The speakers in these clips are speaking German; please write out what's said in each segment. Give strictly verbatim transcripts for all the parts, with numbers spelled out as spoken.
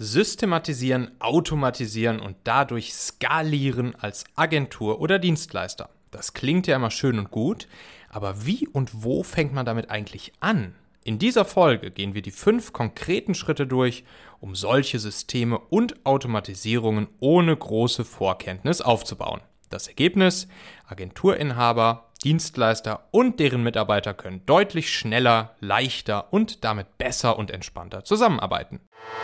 Systematisieren, automatisieren und dadurch skalieren als Agentur oder Dienstleister. Das klingt ja immer schön und gut, aber wie und wo fängt man damit eigentlich an? In dieser Folge gehen wir die fünf konkreten Schritte durch, um solche Systeme und Automatisierungen ohne große Vorkenntnis aufzubauen. Das Ergebnis: Agenturinhaber, Dienstleister und deren Mitarbeiter können deutlich schneller, leichter und damit besser und entspannter zusammenarbeiten.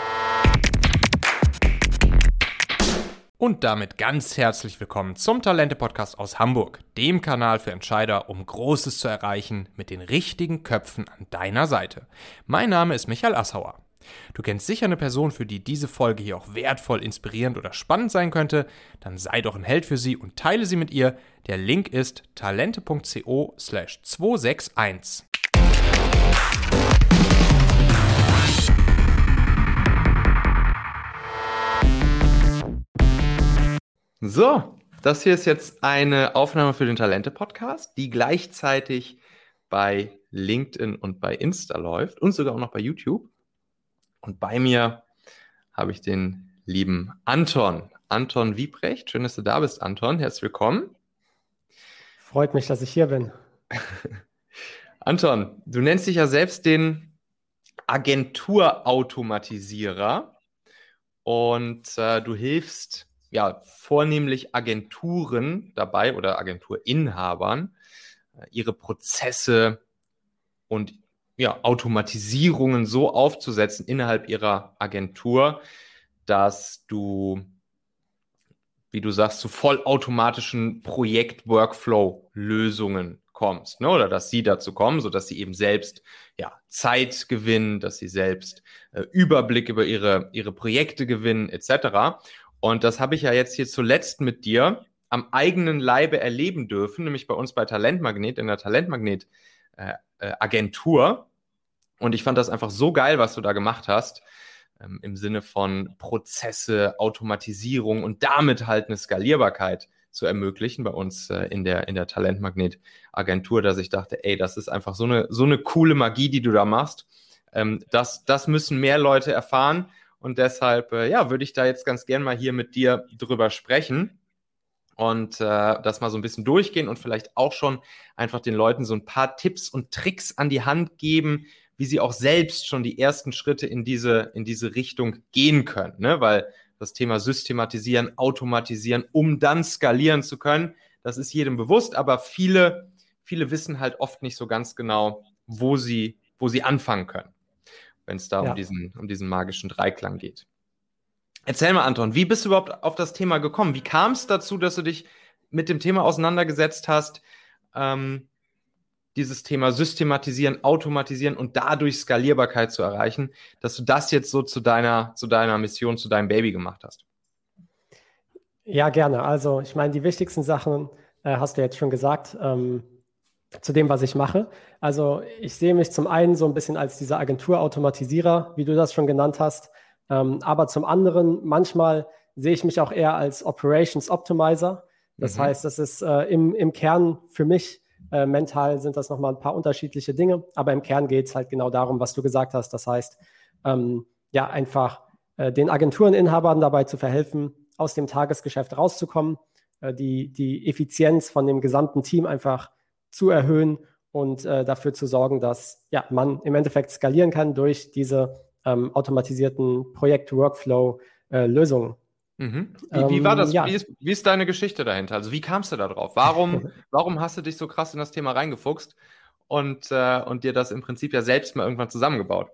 Und damit ganz herzlich willkommen zum Talente-Podcast aus Hamburg, dem Kanal für Entscheider, um Großes zu erreichen mit den richtigen Köpfen an deiner Seite. Mein Name ist Michael Assauer. Du kennst sicher eine Person, für die diese Folge hier auch wertvoll, inspirierend oder spannend sein könnte. Dann sei doch ein Held für sie und teile sie mit ihr. Der Link ist talente.co slash zweihundereinundsechzig. So, das hier ist jetzt eine Aufnahme für den Talente-Podcast, die gleichzeitig bei LinkedIn und bei Insta läuft und sogar auch noch bei YouTube. Und bei mir habe ich den lieben Anton, Anton Wiebrecht. Schön, dass du da bist, Anton. Herzlich willkommen. Freut mich, dass ich hier bin. Anton, du nennst dich ja selbst den Agenturautomatisierer und äh, du hilfst ja vornehmlich Agenturen dabei oder Agenturinhabern, äh, ihre Prozesse und ja, Automatisierungen so aufzusetzen innerhalb ihrer Agentur, dass du, wie du sagst, zu vollautomatischen Projekt-Workflow-Lösungen kommst, ne? Oder dass sie dazu kommen, sodass sie eben selbst ja, Zeit gewinnen, dass sie selbst äh, Überblick über ihre, ihre Projekte gewinnen, et cetera. Und das habe ich ja jetzt hier zuletzt mit dir am eigenen Leibe erleben dürfen, nämlich bei uns bei Talentmagnet, in der Talentmagnet äh, äh, Agentur. Und ich fand das einfach so geil, was du da gemacht hast, ähm, im Sinne von Prozesse, Automatisierung und damit halt eine Skalierbarkeit zu ermöglichen bei uns äh, in der, in der Talentmagnet-Agentur, dass ich dachte, ey, das ist einfach so eine, so eine coole Magie, die du da machst. Ähm, das, das müssen mehr Leute erfahren und deshalb, äh, ja, würde ich da jetzt ganz gern mal hier mit dir drüber sprechen und äh, das mal so ein bisschen durchgehen und vielleicht auch schon einfach den Leuten so ein paar Tipps und Tricks an die Hand geben, wie sie auch selbst schon die ersten Schritte in diese, in diese Richtung gehen können, ne? Weil das Thema Systematisieren, Automatisieren, um dann skalieren zu können, das ist jedem bewusst, aber viele, viele wissen halt oft nicht so ganz genau, wo sie, wo sie anfangen können, wenn es da ja. um diesen, um diesen magischen Dreiklang geht. Erzähl mal, Anton, wie bist du überhaupt auf das Thema gekommen? Wie kam es dazu, dass du dich mit dem Thema auseinandergesetzt hast, ähm, dieses Thema Systematisieren, Automatisieren und dadurch Skalierbarkeit zu erreichen, dass du das jetzt so zu deiner, zu deiner Mission, zu deinem Baby gemacht hast? Ja, gerne. Also ich meine, die wichtigsten Sachen äh, hast du jetzt schon gesagt, ähm, zu dem, was ich mache. Also ich sehe mich zum einen so ein bisschen als dieser Agenturautomatisierer, wie du das schon genannt hast, ähm, aber zum anderen manchmal sehe ich mich auch eher als Operations Optimizer. Das mhm. heißt, das ist äh, im, im Kern für mich, Äh, mental sind das nochmal ein paar unterschiedliche Dinge, aber im Kern geht es halt genau darum, was du gesagt hast. Das heißt, ähm, ja, einfach äh, den Agentureninhabern dabei zu verhelfen, aus dem Tagesgeschäft rauszukommen, äh, die, die Effizienz von dem gesamten Team einfach zu erhöhen und äh, dafür zu sorgen, dass ja, man im Endeffekt skalieren kann durch diese ähm, automatisierten Projekt-Workflow-Lösungen. Mhm. Wie, wie war das? Ähm, ja. Wie ist, wie ist deine Geschichte dahinter? Also wie kamst du da drauf? Warum, warum hast du dich so krass in das Thema reingefuchst und, äh, und dir das im Prinzip ja selbst mal irgendwann zusammengebaut?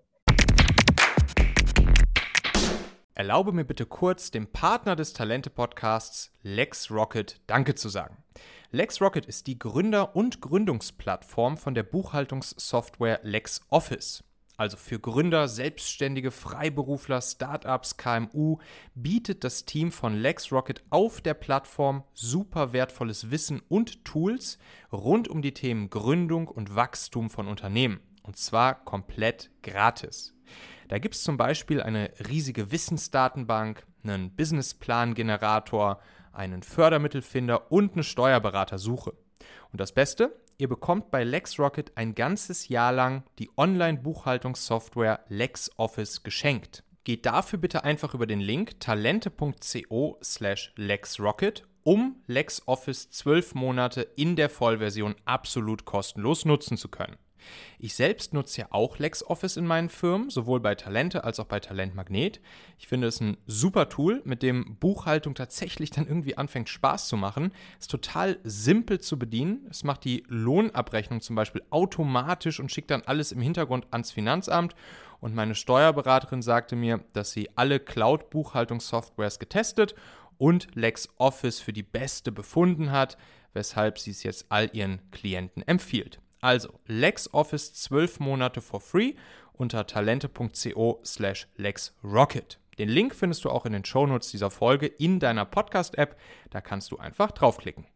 Erlaube mir bitte kurz, dem Partner des Talente-Podcasts LexRocket Danke zu sagen. LexRocket ist die Gründer- und Gründungsplattform von der Buchhaltungssoftware LexOffice. Also für Gründer, Selbstständige, Freiberufler, Startups, K M U bietet das Team von LexRocket auf der Plattform super wertvolles Wissen und Tools rund um die Themen Gründung und Wachstum von Unternehmen. Und zwar komplett gratis. Da gibt es zum Beispiel eine riesige Wissensdatenbank, einen Businessplan-Generator, einen Fördermittelfinder und eine Steuerberatersuche. Und das Beste? Ihr bekommt bei LexRocket ein ganzes Jahr lang die Online-Buchhaltungssoftware LexOffice geschenkt. Geht dafür bitte einfach über den Link talente.co slash LexRocket, um LexOffice zwölf Monate in der Vollversion absolut kostenlos nutzen zu können. Ich selbst nutze ja auch LexOffice in meinen Firmen, sowohl bei Talente als auch bei Talent Magnet. Ich finde es ein super Tool, mit dem Buchhaltung tatsächlich dann irgendwie anfängt Spaß zu machen. Ist total simpel zu bedienen. Es macht die Lohnabrechnung zum Beispiel automatisch und schickt dann alles im Hintergrund ans Finanzamt. Und meine Steuerberaterin sagte mir, dass sie alle Cloud-Buchhaltungssoftwares getestet und LexOffice für die beste befunden hat, weshalb sie es jetzt all ihren Klienten empfiehlt. Also LexOffice zwölf Monate for free unter talente.co slash LexRocket. Den Link findest du auch in den Shownotes dieser Folge in deiner Podcast-App. Da kannst du einfach draufklicken.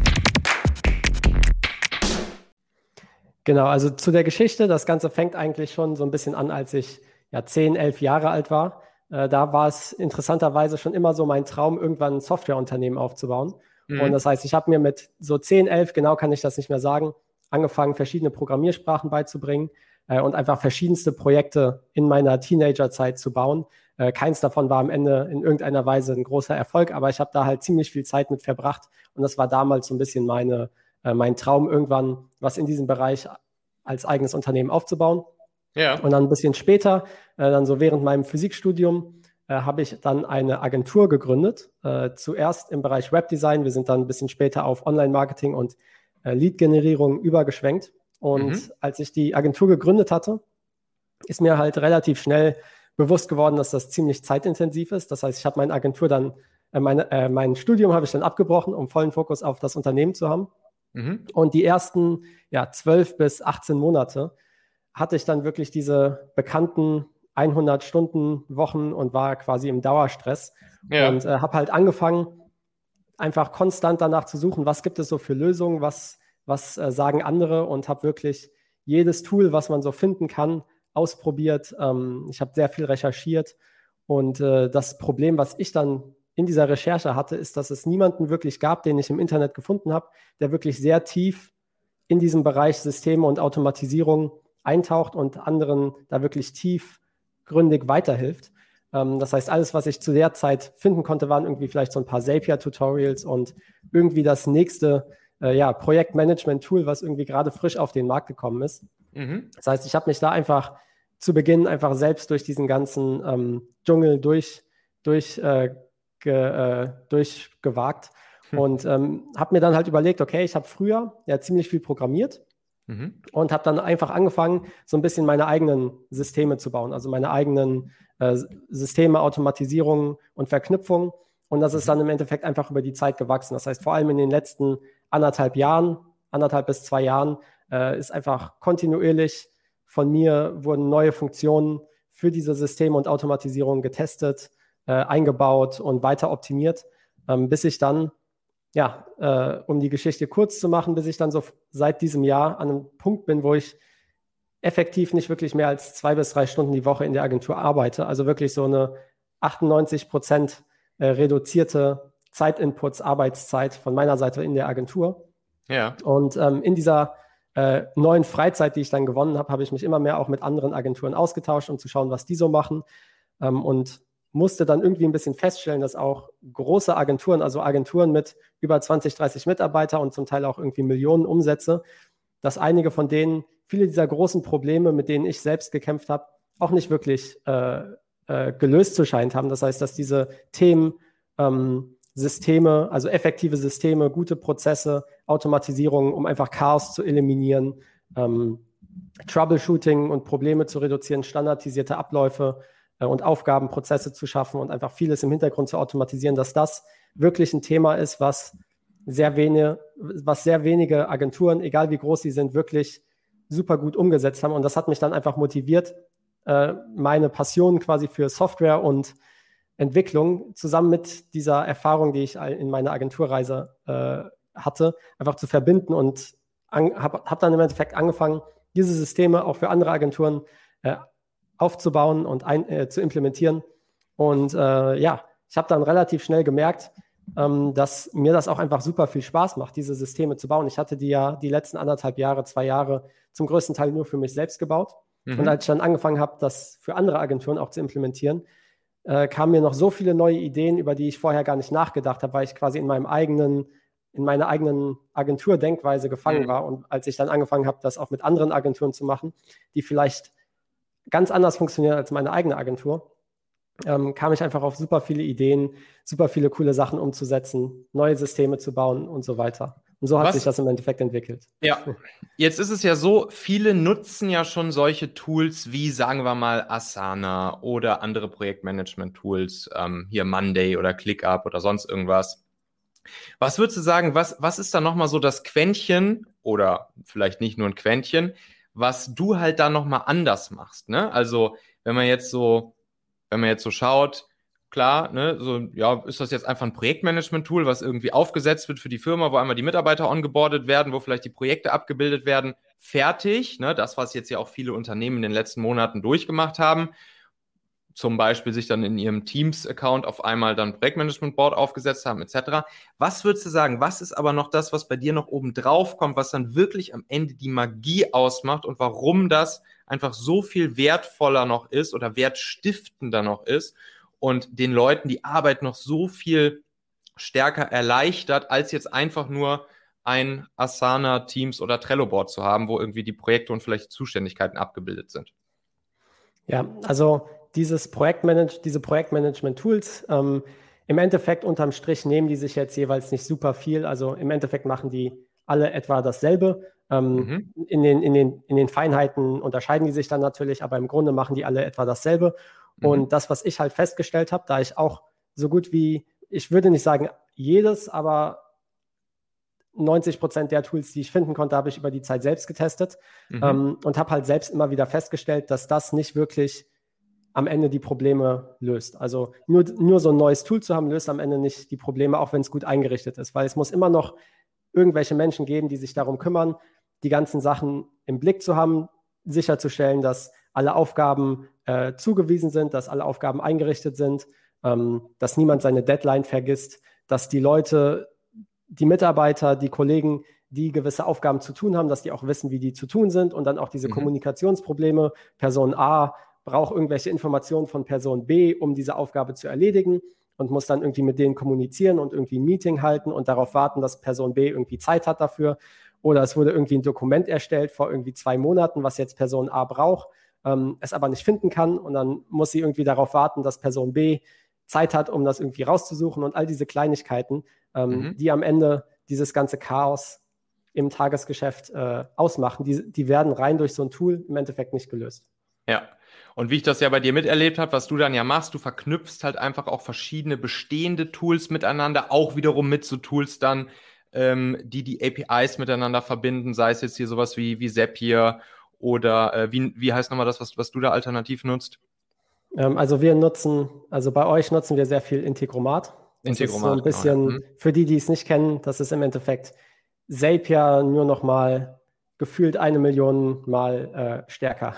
Genau, also zu der Geschichte, das Ganze fängt eigentlich schon so ein bisschen an, als ich ja zehn, elf Jahre alt war. Äh, da war es interessanterweise schon immer so mein Traum, irgendwann ein Softwareunternehmen aufzubauen. Mhm. Und das heißt, ich habe mir mit so zehn, elf, genau kann ich das nicht mehr sagen, angefangen, verschiedene Programmiersprachen beizubringen äh, und einfach verschiedenste Projekte in meiner Teenagerzeit zu bauen. Äh, keins davon war am Ende in irgendeiner Weise ein großer Erfolg, aber ich habe da halt ziemlich viel Zeit mit verbracht und das war damals so ein bisschen meine, äh, mein Traum, irgendwann was in diesem Bereich als eigenes Unternehmen aufzubauen. Ja. Und dann ein bisschen später, äh, dann so während meinem Physikstudium, äh, habe ich dann eine Agentur gegründet, äh, zuerst im Bereich Webdesign. Wir sind dann ein bisschen später auf Online-Marketing und Lead-Generierung übergeschwenkt. Und mhm. als ich die Agentur gegründet hatte, ist mir halt relativ schnell bewusst geworden, dass das ziemlich zeitintensiv ist. Das heißt, ich habe meine Agentur dann, äh, meine, äh, mein Studium habe ich dann abgebrochen, um vollen Fokus auf das Unternehmen zu haben. Mhm. Und die ersten ja, zwölf bis achtzehn Monate hatte ich dann wirklich diese bekannten hundert Stunden Wochen und war quasi im Dauerstress. Ja. Und äh, habe halt angefangen, einfach konstant danach zu suchen, was gibt es so für Lösungen, was, was äh, sagen andere und habe wirklich jedes Tool, was man so finden kann, ausprobiert. Ähm, ich habe sehr viel recherchiert und äh, das Problem, was ich dann in dieser Recherche hatte, ist, dass es niemanden wirklich gab, den ich im Internet gefunden habe, der wirklich sehr tief in diesem Bereich Systeme und Automatisierung eintaucht und anderen da wirklich tiefgründig weiterhilft. Das heißt, alles, was ich zu der Zeit finden konnte, waren irgendwie vielleicht so ein paar Zapier-Tutorials und irgendwie das nächste äh, ja, Projektmanagement-Tool, was irgendwie gerade frisch auf den Markt gekommen ist. Mhm. Das heißt, ich habe mich da einfach zu Beginn einfach selbst durch diesen ganzen ähm, Dschungel durch, durch, äh, ge, äh, durchgewagt hm. und ähm, habe mir dann halt überlegt, okay, ich habe früher ja ziemlich viel programmiert mhm. und habe dann einfach angefangen, so ein bisschen meine eigenen Systeme zu bauen, also meine eigenen äh, Systeme, Automatisierung und Verknüpfung. Und das ist dann im Endeffekt einfach über die Zeit gewachsen. Das heißt, vor allem in den letzten anderthalb Jahren, anderthalb bis zwei Jahren, äh, ist einfach kontinuierlich von mir wurden neue Funktionen für diese Systeme und Automatisierung getestet, äh, eingebaut und weiter optimiert, ähm, bis ich dann, ja, äh, um die Geschichte kurz zu machen, bis ich dann so seit diesem Jahr an einem Punkt bin, wo ich effektiv nicht wirklich mehr als zwei bis drei Stunden die Woche in der Agentur arbeite. Also wirklich so eine achtundneunzig Prozent äh, reduzierte Zeitinputs, Arbeitszeit von meiner Seite in der Agentur. Ja. Und ähm, in dieser äh, neuen Freizeit, die ich dann gewonnen habe, habe ich mich immer mehr auch mit anderen Agenturen ausgetauscht, um zu schauen, was die so machen. Ähm, und musste dann irgendwie ein bisschen feststellen, dass auch große Agenturen, also Agenturen mit über zwanzig, dreißig Mitarbeiter und zum Teil auch irgendwie Millionen Umsätze, dass einige von denen viele dieser großen Probleme, mit denen ich selbst gekämpft habe, auch nicht wirklich äh, äh, gelöst zu scheinen haben. Das heißt, dass diese Themen, ähm, Systeme, also effektive Systeme, gute Prozesse, Automatisierung, um einfach Chaos zu eliminieren, ähm, Troubleshooting und Probleme zu reduzieren, standardisierte Abläufe äh, und Aufgaben, Prozesse zu schaffen und einfach vieles im Hintergrund zu automatisieren, dass das wirklich ein Thema ist, was sehr wenige, was sehr wenige Agenturen, egal wie groß sie sind, wirklich super gut umgesetzt haben. Und das hat mich dann einfach motiviert, äh, meine Passion quasi für Software und Entwicklung zusammen mit dieser Erfahrung, die ich in meiner Agenturreise äh, hatte, einfach zu verbinden und habe hab dann im Endeffekt angefangen, diese Systeme auch für andere Agenturen äh, aufzubauen und ein, äh, zu implementieren. Und äh, ja, ich habe dann relativ schnell gemerkt, ähm, dass mir das auch einfach super viel Spaß macht, diese Systeme zu bauen. Ich hatte die ja die letzten anderthalb Jahre, zwei Jahre zum größten Teil nur für mich selbst gebaut. Mhm. Und als ich dann angefangen habe, das für andere Agenturen auch zu implementieren, äh, kamen mir noch so viele neue Ideen, über die ich vorher gar nicht nachgedacht habe, weil ich quasi in meinem eigenen, in meiner eigenen Agentur-Denkweise gefangen Mhm. war. Und als ich dann angefangen habe, das auch mit anderen Agenturen zu machen, die vielleicht ganz anders funktionieren als meine eigene Agentur, ähm, kam ich einfach auf super viele Ideen, super viele coole Sachen umzusetzen, neue Systeme zu bauen und so weiter. Und so hat Was? sich das im Endeffekt entwickelt. Ja, jetzt ist es ja so, viele nutzen ja schon solche Tools wie, sagen wir mal, Asana oder andere Projektmanagement-Tools, ähm, hier Monday oder ClickUp oder sonst irgendwas. Was würdest du sagen, was, was ist da nochmal so das Quäntchen oder vielleicht nicht nur ein Quäntchen, was du halt da nochmal anders machst, ne? Also, wenn man jetzt so, wenn man jetzt so schaut, klar, ne, so, ja, ist das jetzt einfach ein Projektmanagement-Tool, was irgendwie aufgesetzt wird für die Firma, wo einmal die Mitarbeiter ongeboardet werden, wo vielleicht die Projekte abgebildet werden, fertig, ne, das, was jetzt ja auch viele Unternehmen in den letzten Monaten durchgemacht haben, zum Beispiel sich dann in ihrem Teams-Account auf einmal dann Projektmanagement-Board aufgesetzt haben, et cetera. Was würdest du sagen, was ist aber noch das, was bei dir noch oben drauf kommt, was dann wirklich am Ende die Magie ausmacht und warum das einfach so viel wertvoller noch ist oder wertstiftender noch ist und den Leuten die Arbeit noch so viel stärker erleichtert, als jetzt einfach nur ein Asana, Teams oder Trello-Board zu haben, wo irgendwie die Projekte und vielleicht Zuständigkeiten abgebildet sind? Ja, also dieses Projektmanage, diese Projektmanagement-Tools, ähm, im Endeffekt unterm Strich nehmen die sich jetzt jeweils nicht super viel. Also im Endeffekt machen die alle etwa dasselbe. Ähm, Mhm. in, den, in, den, in den Feinheiten unterscheiden die sich dann natürlich, aber im Grunde machen die alle etwa dasselbe. Mhm. Und das, was ich halt festgestellt habe, da ich auch so gut wie, ich würde nicht sagen jedes, aber neunzig Prozent der Tools, die ich finden konnte, habe ich über die Zeit selbst getestet Mhm. ähm, und habe halt selbst immer wieder festgestellt, dass das nicht wirklich am Ende die Probleme löst. Also nur, nur so ein neues Tool zu haben, löst am Ende nicht die Probleme, auch wenn es gut eingerichtet ist, weil es muss immer noch irgendwelche Menschen geben, die sich darum kümmern, die ganzen Sachen im Blick zu haben, sicherzustellen, dass alle Aufgaben äh, zugewiesen sind, dass alle Aufgaben eingerichtet sind, ähm, dass niemand seine Deadline vergisst, dass die Leute, die Mitarbeiter, die Kollegen, die gewisse Aufgaben zu tun haben, dass die auch wissen, wie die zu tun sind und dann auch diese Mhm. Kommunikationsprobleme, Person A braucht irgendwelche Informationen von Person B, um diese Aufgabe zu erledigen und muss dann irgendwie mit denen kommunizieren und irgendwie ein Meeting halten und darauf warten, dass Person B irgendwie Zeit hat dafür. Oder es wurde irgendwie ein Dokument erstellt vor irgendwie zwei Monaten, was jetzt Person A braucht, ähm, es aber nicht finden kann und dann muss sie irgendwie darauf warten, dass Person B Zeit hat, um das irgendwie rauszusuchen und all diese Kleinigkeiten, ähm, Mhm. die am Ende dieses ganze Chaos im Tagesgeschäft äh, ausmachen, die, die werden rein durch so ein Tool im Endeffekt nicht gelöst. Ja, und wie ich das ja bei dir miterlebt habe, was du dann ja machst, du verknüpfst halt einfach auch verschiedene bestehende Tools miteinander, auch wiederum mit so Tools dann, ähm, die die A P Is miteinander verbinden, sei es jetzt hier sowas wie, wie Zapier oder äh, wie, wie heißt nochmal das, was, was du da alternativ nutzt? Ähm, also wir nutzen, also bei euch nutzen wir sehr viel Integromat. Das ist so ein Integromat, genau, ja. bisschen, Mhm. für die, die es nicht kennen, das ist im Endeffekt Zapier nur noch mal gefühlt eine Million Mal äh, stärker.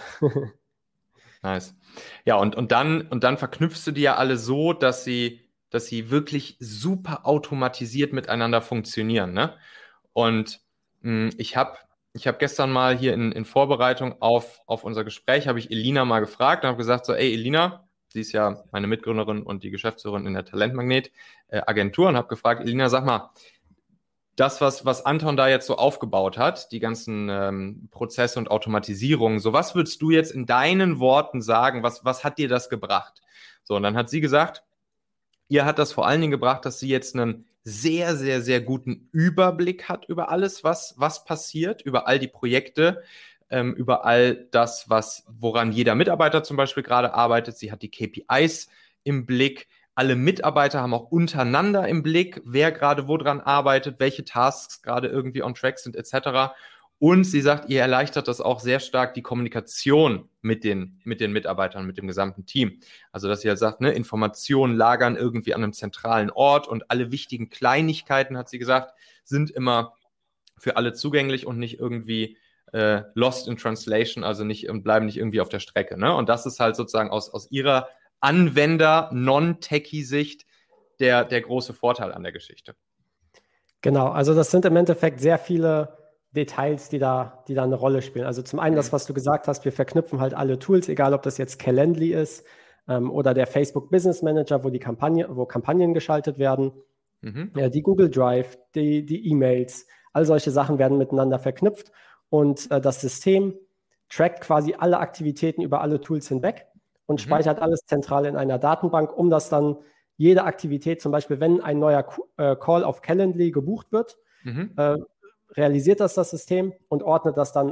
Nice. Ja, und, und dann, und dann verknüpfst du die ja alle so, dass sie, dass sie wirklich super automatisiert miteinander funktionieren, ne? Und mh, ich habe ich hab gestern mal hier in, in Vorbereitung auf, auf unser Gespräch, habe ich Elina mal gefragt und habe gesagt so, ey Elina, sie ist ja meine Mitgründerin und die Geschäftsführerin in der Talentmagnet äh, Agentur und habe gefragt, Elina, sag mal, das, was, was Anton da jetzt so aufgebaut hat, die ganzen ähm, Prozesse und Automatisierungen, so was würdest du jetzt in deinen Worten sagen, was, was hat dir das gebracht? So, und dann hat sie gesagt, ihr hat das vor allen Dingen gebracht, dass sie jetzt einen sehr, sehr, sehr guten Überblick hat über alles, was, was passiert, über all die Projekte, ähm, über all das, was, woran jeder Mitarbeiter zum Beispiel gerade arbeitet. Sie hat die K P Is im Blick. Alle Mitarbeiter haben auch untereinander im Blick, wer gerade wo dran arbeitet, welche Tasks gerade irgendwie on track sind, et cetera. Und sie sagt, ihr erleichtert das auch sehr stark die Kommunikation mit den, mit den Mitarbeitern, mit dem gesamten Team. Also, dass sie halt sagt, ne, Informationen lagern irgendwie an einem zentralen Ort und alle wichtigen Kleinigkeiten, hat sie gesagt, sind immer für alle zugänglich und nicht irgendwie äh, lost in translation, also nicht und bleiben nicht irgendwie auf der Strecke. Ne? Und das ist halt sozusagen aus, aus ihrer Anwender, Non-Techie-Sicht der, der große Vorteil an der Geschichte. Genau, also das sind im Endeffekt sehr viele Details, die da, die da eine Rolle spielen. Also zum einen das, was du gesagt hast, wir verknüpfen halt alle Tools, egal ob das jetzt Calendly ist, ähm, oder der Facebook Business Manager, wo die Kampagne, wo Kampagnen geschaltet werden, mhm. ja, die Google Drive, die, die E-Mails, all solche Sachen werden miteinander verknüpft und äh, das System trackt quasi alle Aktivitäten über alle Tools hinweg und mhm. speichert alles zentral in einer Datenbank, um das dann jede Aktivität, zum Beispiel wenn ein neuer äh, Call auf Calendly gebucht wird, mhm. äh, realisiert das das System und ordnet das dann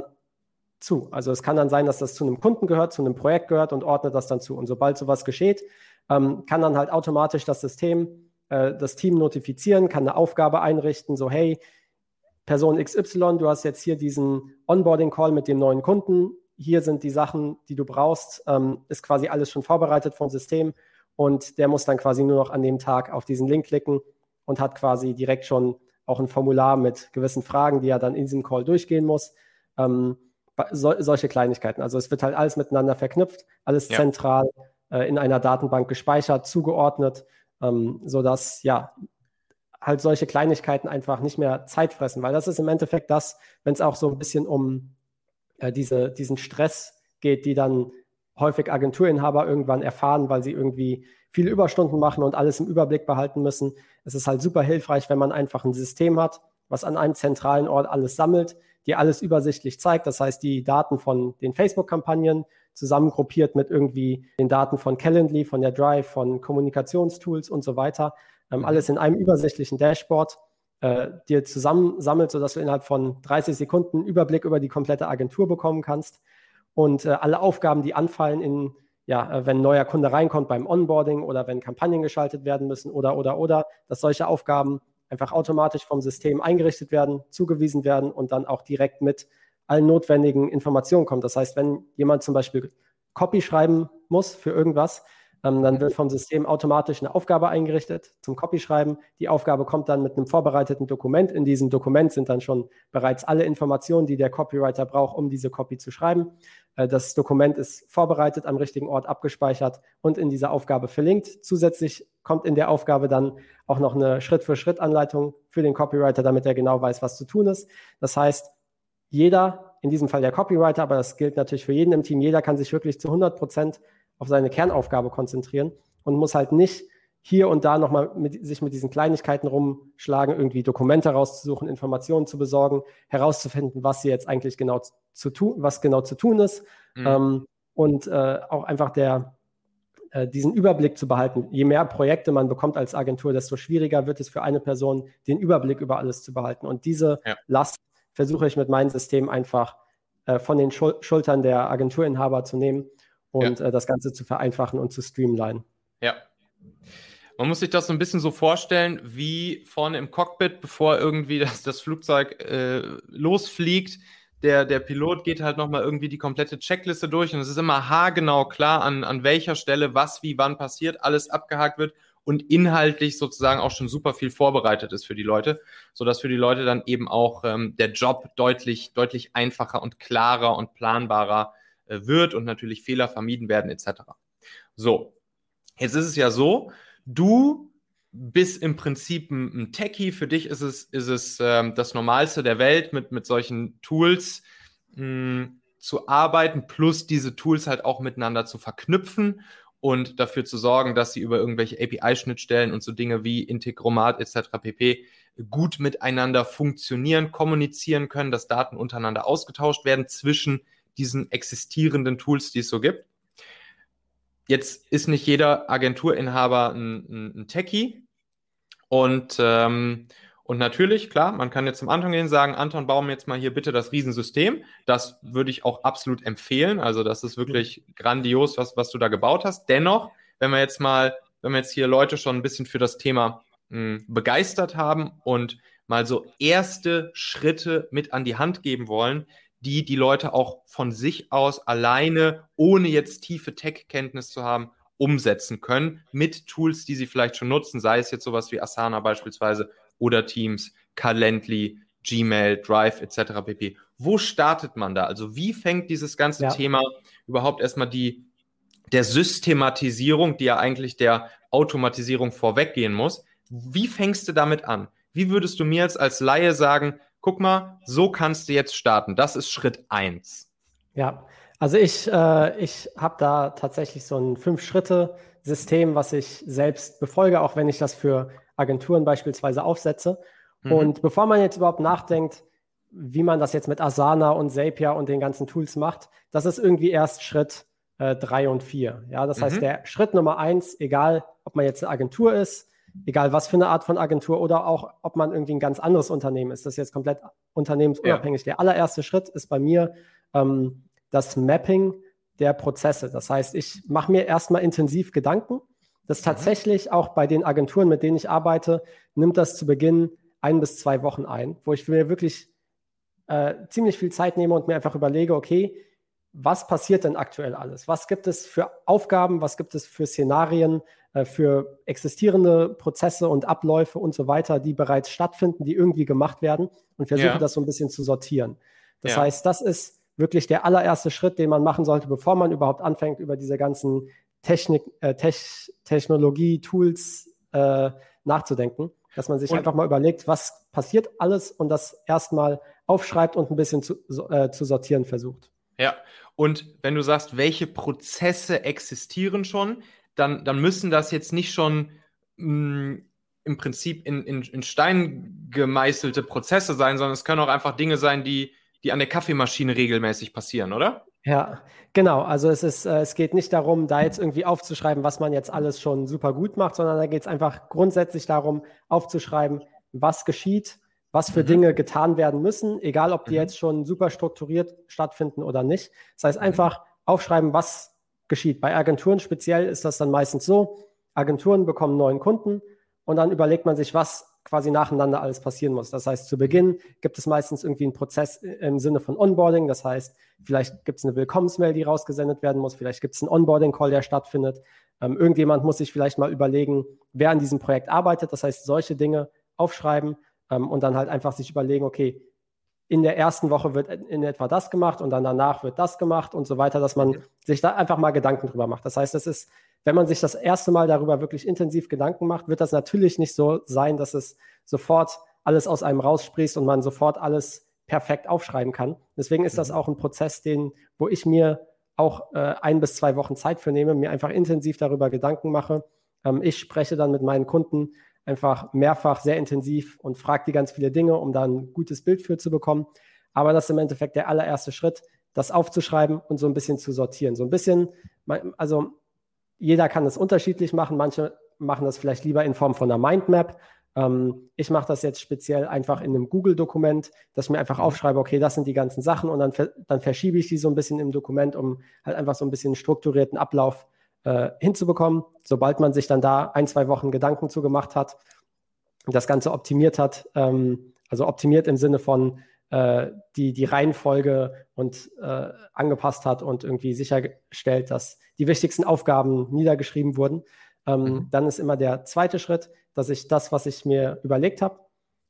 zu. Also es kann dann sein, dass das zu einem Kunden gehört, zu einem Projekt gehört und ordnet das dann zu. Und sobald sowas geschieht, ähm, kann dann halt automatisch das System äh, das Team notifizieren, kann eine Aufgabe einrichten, so hey, Person X Y, du hast jetzt hier diesen Onboarding-Call mit dem neuen Kunden, hier sind die Sachen, die du brauchst, ähm, ist quasi alles schon vorbereitet vom System und der muss dann quasi nur noch an dem Tag auf diesen Link klicken und hat quasi direkt schon auch ein Formular mit gewissen Fragen, die er dann in diesem Call durchgehen muss. Ähm, so, solche Kleinigkeiten. Also es wird halt alles miteinander verknüpft, alles ja. zentral äh, in einer Datenbank gespeichert, zugeordnet, ähm, sodass ja halt solche Kleinigkeiten einfach nicht mehr Zeit fressen, weil das ist im Endeffekt das, wenn es auch so ein bisschen um äh, diese, diesen Stress geht, die dann häufig Agenturinhaber irgendwann erfahren, weil sie irgendwie viele Überstunden machen und alles im Überblick behalten müssen. Es ist halt super hilfreich, wenn man einfach ein System hat, was an einem zentralen Ort alles sammelt, die alles übersichtlich zeigt. Das heißt, die Daten von den Facebook-Kampagnen zusammengruppiert mit irgendwie den Daten von Calendly, von der Drive, von Kommunikationstools und so weiter. Ähm, mhm. Alles in einem übersichtlichen Dashboard äh, dir zusammensammelt, sodass du innerhalb von dreißig Sekunden Überblick über die komplette Agentur bekommen kannst. Und äh, alle Aufgaben, die anfallen, in, ja, äh, wenn ein neuer Kunde reinkommt beim Onboarding oder wenn Kampagnen geschaltet werden müssen oder, oder, oder, dass solche Aufgaben einfach automatisch vom System eingerichtet werden, zugewiesen werden und dann auch direkt mit allen notwendigen Informationen kommt. Das heißt, wenn jemand zum Beispiel Copy schreiben muss für irgendwas, ähm, dann wird vom System automatisch eine Aufgabe eingerichtet zum Copy schreiben. Die Aufgabe kommt dann mit einem vorbereiteten Dokument. In diesem Dokument sind dann schon bereits alle Informationen, die der Copywriter braucht, um diese Copy zu schreiben. Äh, das Dokument ist vorbereitet, am richtigen Ort abgespeichert und in dieser Aufgabe verlinkt. Zusätzlich kommt in der Aufgabe dann auch noch eine Schritt-für-Schritt-Anleitung für den Copywriter, damit er genau weiß, was zu tun ist. Das heißt, jeder, in diesem Fall der Copywriter, aber das gilt natürlich für jeden im Team, jeder kann sich wirklich zu hundert Prozent auf seine Kernaufgabe konzentrieren und muss halt nicht hier und da nochmal mit, sich mit diesen Kleinigkeiten rumschlagen, irgendwie Dokumente rauszusuchen, Informationen zu besorgen, herauszufinden, was hier jetzt eigentlich genau zu tun, was genau zu tun ist mhm. ähm, und äh, auch einfach der äh, diesen Überblick zu behalten. Je mehr Projekte man bekommt als Agentur, desto schwieriger wird es für eine Person, den Überblick über alles zu behalten. Und diese ja. Last versuche ich mit meinem System einfach äh, von den Schul- Schultern der Agenturinhaber zu nehmen und ja. äh, das Ganze zu vereinfachen und zu streamlinen. Ja. Man muss sich das so ein bisschen so vorstellen, wie vorne im Cockpit, bevor irgendwie das, das Flugzeug äh, losfliegt, der, der Pilot geht halt nochmal irgendwie die komplette Checkliste durch und es ist immer haargenau klar, an, an welcher Stelle was, wie, wann passiert, alles abgehakt wird und inhaltlich sozusagen auch schon super viel vorbereitet ist für die Leute, sodass für die Leute dann eben auch ähm, der Job deutlich, deutlich einfacher und klarer und planbarer äh, wird und natürlich Fehler vermieden werden et cetera. So, jetzt ist es ja so, du bist im Prinzip ein, ein Techie, für dich ist es, ist es ähm, das Normalste der Welt, mit, mit solchen Tools mh, zu arbeiten, plus diese Tools halt auch miteinander zu verknüpfen und dafür zu sorgen, dass sie über irgendwelche A P I-Schnittstellen und so Dinge wie Integromat et cetera pp. Gut miteinander funktionieren, kommunizieren können, dass Daten untereinander ausgetauscht werden zwischen diesen existierenden Tools, die es so gibt. Jetzt ist nicht jeder Agenturinhaber ein, ein, ein Techie und, ähm, und natürlich, klar, man kann jetzt zum Anton gehen und sagen, Anton, baue mir jetzt mal hier bitte das Riesensystem. Das würde ich auch absolut empfehlen. Also das ist wirklich grandios, was, was du da gebaut hast. Dennoch, wenn wir jetzt mal, wenn wir jetzt hier Leute schon ein bisschen für das Thema mh, begeistert haben und mal so erste Schritte mit an die Hand geben wollen, die die Leute auch von sich aus alleine, ohne jetzt tiefe Tech-Kenntnis zu haben, umsetzen können mit Tools, die sie vielleicht schon nutzen, sei es jetzt sowas wie Asana beispielsweise oder Teams, Calendly, Gmail, Drive et cetera pp. Wo startet man da? Also wie fängt dieses ganze ja. Thema überhaupt erstmal die der Systematisierung, die ja eigentlich der Automatisierung vorweggehen muss, wie fängst du damit an? Wie würdest du mir jetzt als Laie sagen, guck mal, so kannst du jetzt starten. Das ist Schritt eins. Ja, Also ich, äh, ich habe da tatsächlich so ein Fünf-Schritte-System, was ich selbst befolge, auch wenn ich das für Agenturen beispielsweise aufsetze. Mhm. Und bevor man jetzt überhaupt nachdenkt, wie man das jetzt mit Asana und Zapier und den ganzen Tools macht, das ist irgendwie erst Schritt äh, drei und vier. Ja, das heißt, Mhm. der Schritt Nummer eins, egal ob man jetzt eine Agentur ist, egal was für eine Art von Agentur oder auch ob man irgendwie ein ganz anderes Unternehmen ist, das ist jetzt komplett Ja. unternehmensunabhängig. Der allererste Schritt ist bei mir ähm, das Mapping der Prozesse. Das heißt, ich mache mir erstmal intensiv Gedanken. Das Mhm. tatsächlich auch bei den Agenturen, mit denen ich arbeite, nimmt das zu Beginn ein bis zwei Wochen ein, wo ich mir wirklich äh, ziemlich viel Zeit nehme und mir einfach überlege, okay, was passiert denn aktuell alles? Was gibt es für Aufgaben? Was gibt es für Szenarien, äh, für existierende Prozesse und Abläufe und so weiter, die bereits stattfinden, die irgendwie gemacht werden und versuche Ja. das so ein bisschen zu sortieren. Das Ja. heißt, das ist wirklich der allererste Schritt, den man machen sollte, bevor man überhaupt anfängt, über diese ganzen Technik, äh, Tech, Technologie-Tools äh, nachzudenken, dass man sich Und einfach mal überlegt, was passiert alles und das erstmal aufschreibt und ein bisschen zu, so, äh, zu sortieren versucht. ja, und wenn du sagst, welche Prozesse existieren schon, dann, dann müssen das jetzt nicht schon mh, im Prinzip in, in, in Stein gemeißelte Prozesse sein, sondern es können auch einfach Dinge sein, die, die an der Kaffeemaschine regelmäßig passieren, oder? Ja, genau. Also es ist, äh, es geht nicht darum, da jetzt irgendwie aufzuschreiben, was man jetzt alles schon super gut macht, sondern da geht es einfach grundsätzlich darum, aufzuschreiben, was geschieht, was für Mhm. Dinge getan werden müssen, egal ob die Mhm. jetzt schon super strukturiert stattfinden oder nicht. Das heißt, Mhm. einfach aufschreiben, was geschieht. Bei Agenturen speziell ist das dann meistens so, Agenturen bekommen einen neuen Kunden und dann überlegt man sich, was quasi nacheinander alles passieren muss. Das heißt, zu Mhm. Beginn gibt es meistens irgendwie einen Prozess im Sinne von Onboarding. Das heißt, vielleicht gibt es eine Willkommensmail, die rausgesendet werden muss. Vielleicht gibt es einen Onboarding-Call, der stattfindet. Ähm, irgendjemand muss sich vielleicht mal überlegen, wer an diesem Projekt arbeitet. Das heißt, solche Dinge aufschreiben ähm, und dann halt einfach sich überlegen, okay, in der ersten Woche wird in etwa das gemacht und dann danach wird das gemacht und so weiter, dass man Mhm. sich da einfach mal Gedanken drüber macht. Das heißt, es ist, wenn man sich das erste Mal darüber wirklich intensiv Gedanken macht, wird das natürlich nicht so sein, dass es sofort alles aus einem raussprießt und man sofort alles perfekt aufschreiben kann. Deswegen ist das Mhm. auch ein Prozess, den, wo ich mir auch äh, ein bis zwei Wochen Zeit für nehme, mir einfach intensiv darüber Gedanken mache. Ähm, ich spreche dann mit meinen Kunden einfach mehrfach sehr intensiv und frage die ganz viele Dinge, um da ein gutes Bild für zu bekommen. Aber das ist im Endeffekt der allererste Schritt, das aufzuschreiben und so ein bisschen zu sortieren. So ein bisschen, also jeder kann das unterschiedlich machen. Manche machen das vielleicht lieber in Form von einer Mindmap. Ähm, ich mache das jetzt speziell einfach in einem Google-Dokument, dass ich mir einfach Mhm. aufschreibe, okay, das sind die ganzen Sachen und dann, dann verschiebe ich die so ein bisschen im Dokument, um halt einfach so ein bisschen einen strukturierten Ablauf äh, hinzubekommen. Sobald man sich dann da ein, zwei Wochen Gedanken zu gemacht hat und das Ganze optimiert hat, ähm, also optimiert im Sinne von äh, die, die Reihenfolge und äh, angepasst hat und irgendwie sichergestellt, dass die wichtigsten Aufgaben niedergeschrieben wurden. Ähm, Mhm. dann ist immer der zweite Schritt, dass ich das, was ich mir überlegt habe,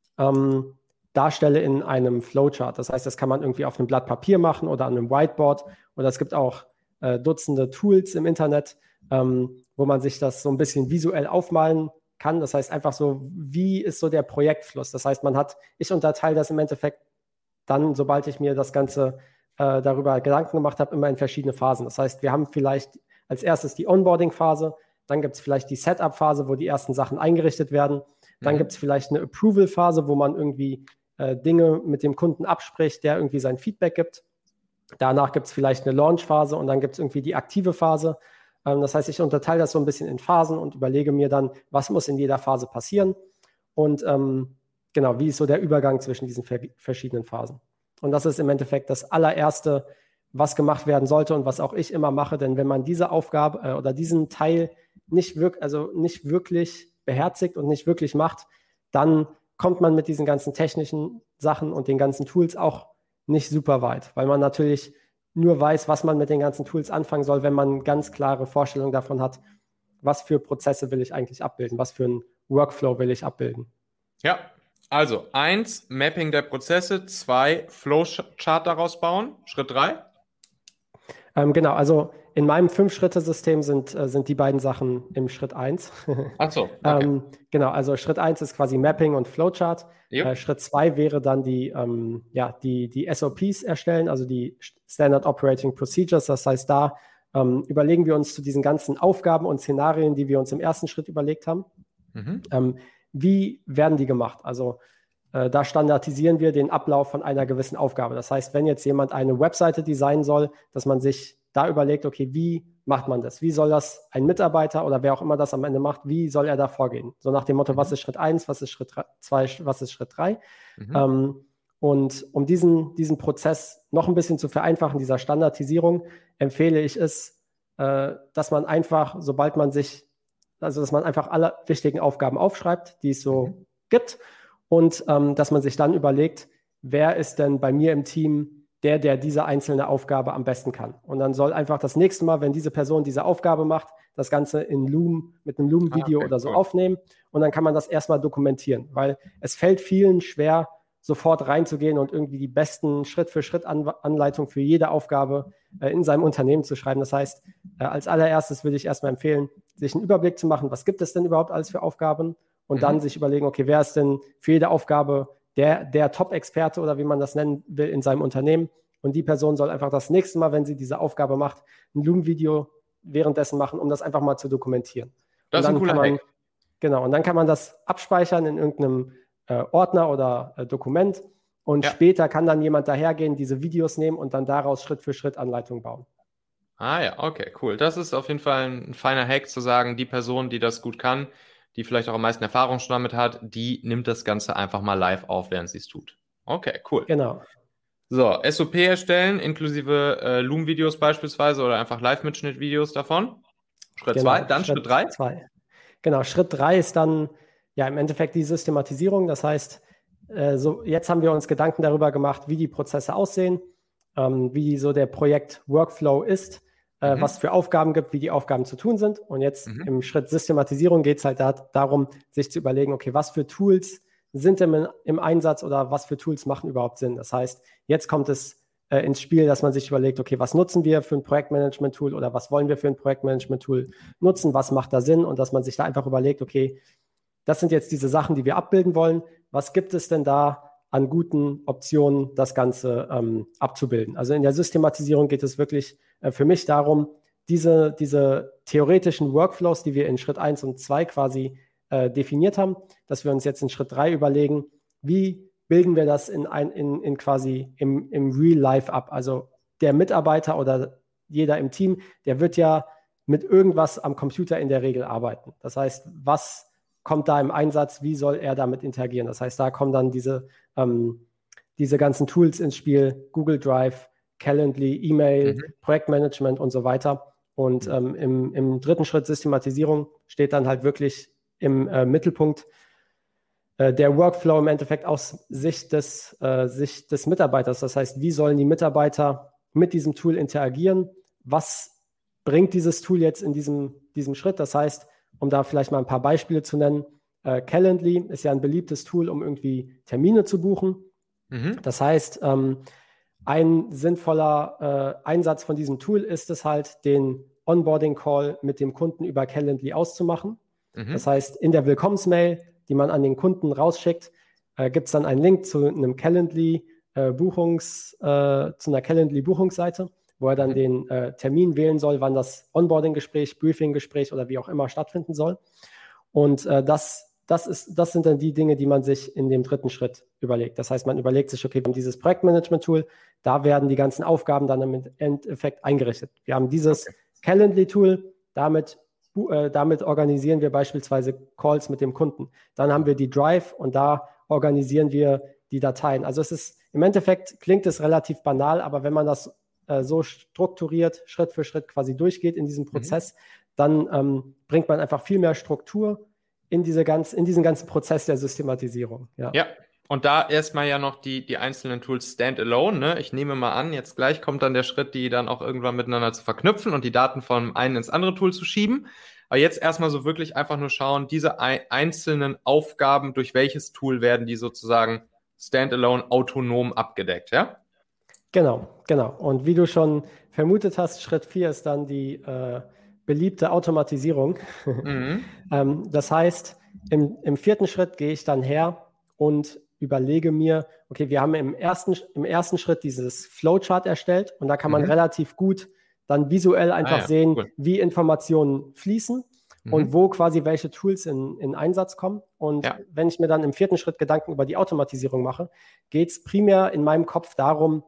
ähm, darstelle in einem Flowchart. Das heißt, das kann man irgendwie auf einem Blatt Papier machen oder an einem Whiteboard. Oder es gibt auch äh, Dutzende Tools im Internet, ähm, wo man sich das so ein bisschen visuell aufmalen kann. Das heißt einfach so, wie ist so der Projektfluss? Das heißt, man hat, ich unterteile das im Endeffekt dann, sobald ich mir das Ganze äh, darüber Gedanken gemacht habe, immer in verschiedene Phasen. Das heißt, wir haben vielleicht als erstes die Onboarding-Phase, dann gibt es vielleicht die Setup-Phase, wo die ersten Sachen eingerichtet werden. Dann gibt Mhm. es vielleicht eine Approval-Phase, wo man irgendwie äh, Dinge mit dem Kunden abspricht, der irgendwie sein Feedback gibt. Danach gibt es vielleicht eine Launch-Phase und dann gibt es irgendwie die aktive Phase. Ähm, das heißt, ich unterteile das so ein bisschen in Phasen und überlege mir dann, was muss in jeder Phase passieren und ähm, genau, wie ist so der Übergang zwischen diesen ver verschiedenen Phasen. Und das ist im Endeffekt das allererste, was gemacht werden sollte und was auch ich immer mache, denn wenn man diese Aufgabe äh, oder diesen Teil nicht, wirk also nicht wirklich beherzigt und nicht wirklich macht, dann kommt man mit diesen ganzen technischen Sachen und den ganzen Tools auch nicht super weit, weil man natürlich nur weiß, was man mit den ganzen Tools anfangen soll, wenn man ganz klare Vorstellungen davon hat, was für Prozesse will ich eigentlich abbilden, was für einen Workflow will ich abbilden. Ja, also eins, Mapping der Prozesse, zwei, Flowchart daraus bauen, Schritt drei. Ähm, genau, also in meinem Fünf-Schritte-System sind, äh, sind die beiden Sachen im Schritt eins. Ach so, okay. ähm, genau, also Schritt eins ist quasi Mapping und Flowchart. Äh, Schritt zwei wäre dann die, ähm, ja, die, die S O Ps erstellen, also die Standard Operating Procedures. Das heißt, da ähm, überlegen wir uns zu diesen ganzen Aufgaben und Szenarien, die wir uns im ersten Schritt überlegt haben, mhm. ähm, wie werden die gemacht? Also äh, da standardisieren wir den Ablauf von einer gewissen Aufgabe. Das heißt, wenn jetzt jemand eine Webseite designen soll, dass man sich da überlegt, okay, wie macht man das? Wie soll das ein Mitarbeiter oder wer auch immer das am Ende macht, wie soll er da vorgehen? So nach dem Motto, mhm. was ist Schritt eins, was ist Schritt zwei, was ist Schritt drei? Mhm. Ähm, und um diesen, diesen Prozess noch ein bisschen zu vereinfachen, dieser Standardisierung, empfehle ich es, äh, dass man einfach, sobald man sich, also dass man einfach alle wichtigen Aufgaben aufschreibt, die es so mhm. gibt, und ähm, dass man sich dann überlegt, wer ist denn bei mir im Team der, der diese einzelne Aufgabe am besten kann. Und dann soll einfach das nächste Mal, wenn diese Person diese Aufgabe macht, das Ganze in Loom, mit einem Loom-Video ah, okay, oder so cool. aufnehmen, und dann kann man das erstmal dokumentieren, weil es fällt vielen schwer, sofort reinzugehen und irgendwie die besten Schritt-für-Schritt-Anleitungen für jede Aufgabe äh, in seinem Unternehmen zu schreiben. Das heißt, äh, als allererstes würde ich erstmal empfehlen, sich einen Überblick zu machen, was gibt es denn überhaupt alles für Aufgaben, und mhm. dann sich überlegen, okay, wer ist denn für jede Aufgabe der, der Top-Experte oder wie man das nennen will in seinem Unternehmen, und die Person soll einfach das nächste Mal, wenn sie diese Aufgabe macht, ein Loom-Video währenddessen machen, um das einfach mal zu dokumentieren. Das ist ein cooler Hack. Genau, und dann kann man das abspeichern in irgendeinem äh, Ordner oder äh, Dokument, und ja. später kann dann jemand dahergehen, diese Videos nehmen und dann daraus Schritt für Schritt Anleitungen bauen. Ah ja, okay, cool. Das ist auf jeden Fall ein feiner Hack, zu sagen, die Person, die das gut kann, die vielleicht auch am meisten Erfahrung schon damit hat, die nimmt das Ganze einfach mal live auf, während sie es tut. Okay, cool. Genau. So, S O P erstellen, inklusive äh, Loom-Videos beispielsweise oder einfach Live-Mitschnitt-Videos davon. Schritt zwei, genau, dann Schritt drei. Zwei. Genau, Schritt drei ist dann ja im Endeffekt die Systematisierung. Das heißt, äh, so jetzt haben wir uns Gedanken darüber gemacht, wie die Prozesse aussehen, ähm, wie so der Projekt-Workflow ist, äh, mhm. was es für Aufgaben gibt, wie die Aufgaben zu tun sind. Und jetzt mhm. im Schritt Systematisierung geht es halt da, darum, sich zu überlegen, okay, was für Tools sind im, im Einsatz oder was für Tools machen überhaupt Sinn. Das heißt, jetzt kommt es äh, ins Spiel, dass man sich überlegt, okay, was nutzen wir für ein Projektmanagement-Tool oder was wollen wir für ein Projektmanagement-Tool nutzen, was macht da Sinn, und dass man sich da einfach überlegt, okay, das sind jetzt diese Sachen, die wir abbilden wollen. Was gibt es denn da an guten Optionen, das Ganze ähm, abzubilden? Also in der Systematisierung geht es wirklich äh, für mich darum, diese, diese theoretischen Workflows, die wir in Schritt eins und zwei quasi äh, definiert haben, dass wir uns jetzt in Schritt drei überlegen, wie bilden wir das in, ein, in, in quasi im, im Real Life ab? Also der Mitarbeiter oder jeder im Team, der wird ja mit irgendwas am Computer in der Regel arbeiten. Das heißt, was kommt da im Einsatz, wie soll er damit interagieren? Das heißt, da kommen dann diese, ähm, diese ganzen Tools ins Spiel, Google Drive, Calendly, E-Mail, mhm. Projektmanagement und so weiter. Und ähm, im, im dritten Schritt Systematisierung steht dann halt wirklich im äh, Mittelpunkt äh, der Workflow im Endeffekt aus Sicht des, äh, Sicht des Mitarbeiters. Das heißt, wie sollen die Mitarbeiter mit diesem Tool interagieren? Was bringt dieses Tool jetzt in diesem, diesem Schritt? Das heißt, um da vielleicht mal ein paar Beispiele zu nennen, äh, Calendly ist ja ein beliebtes Tool, um irgendwie Termine zu buchen. Mhm. Das heißt, ähm, ein sinnvoller äh, Einsatz von diesem Tool ist es halt, den Onboarding-Call mit dem Kunden über Calendly auszumachen. Mhm. Das heißt, in der Willkommensmail, die man an den Kunden rausschickt, äh, gibt es dann einen Link zu einem Calendly äh, Buchungs, äh, zu einer Calendly-Buchungsseite, wo er dann mhm. den äh, Termin wählen soll, wann das Onboarding-Gespräch, Briefing-Gespräch oder wie auch immer stattfinden soll. Und äh, das, das, ist, das sind dann die Dinge, die man sich in dem dritten Schritt überlegt. Das heißt, man überlegt sich, okay, wir haben dieses Projektmanagement-Tool, da werden die ganzen Aufgaben dann im Endeffekt eingerichtet. Wir haben dieses okay. Calendly-Tool, damit, äh, damit organisieren wir beispielsweise Calls mit dem Kunden. Dann haben wir die Drive und da organisieren wir die Dateien. Also es ist, im Endeffekt klingt es relativ banal, aber wenn man das äh, so strukturiert, Schritt für Schritt quasi durchgeht in diesem Prozess, mhm. dann ähm, bringt man einfach viel mehr Struktur in, diese ganz, in diesen ganzen Prozess der Systematisierung. Ja, ja. Und da erstmal ja noch die, die einzelnen Tools standalone. Ne? Ich nehme mal an, jetzt gleich kommt dann der Schritt, die dann auch irgendwann miteinander zu verknüpfen und die Daten vom einen ins andere Tool zu schieben. Aber jetzt erstmal so wirklich einfach nur schauen, diese einzelnen Aufgaben, durch welches Tool werden die sozusagen standalone autonom abgedeckt, ja? Genau, genau. Und wie du schon vermutet hast, Schritt vier ist dann die äh, beliebte Automatisierung. Mhm. ähm, das heißt, im, im vierten Schritt gehe ich dann her und überlege mir, okay, wir haben im ersten, im ersten Schritt dieses Flowchart erstellt und da kann man mhm. relativ gut dann visuell einfach ah, ja. sehen, cool. wie Informationen fließen mhm. und wo quasi welche Tools in, in Einsatz kommen. Und ja. wenn ich mir dann im vierten Schritt Gedanken über die Automatisierung mache, geht es primär in meinem Kopf darum,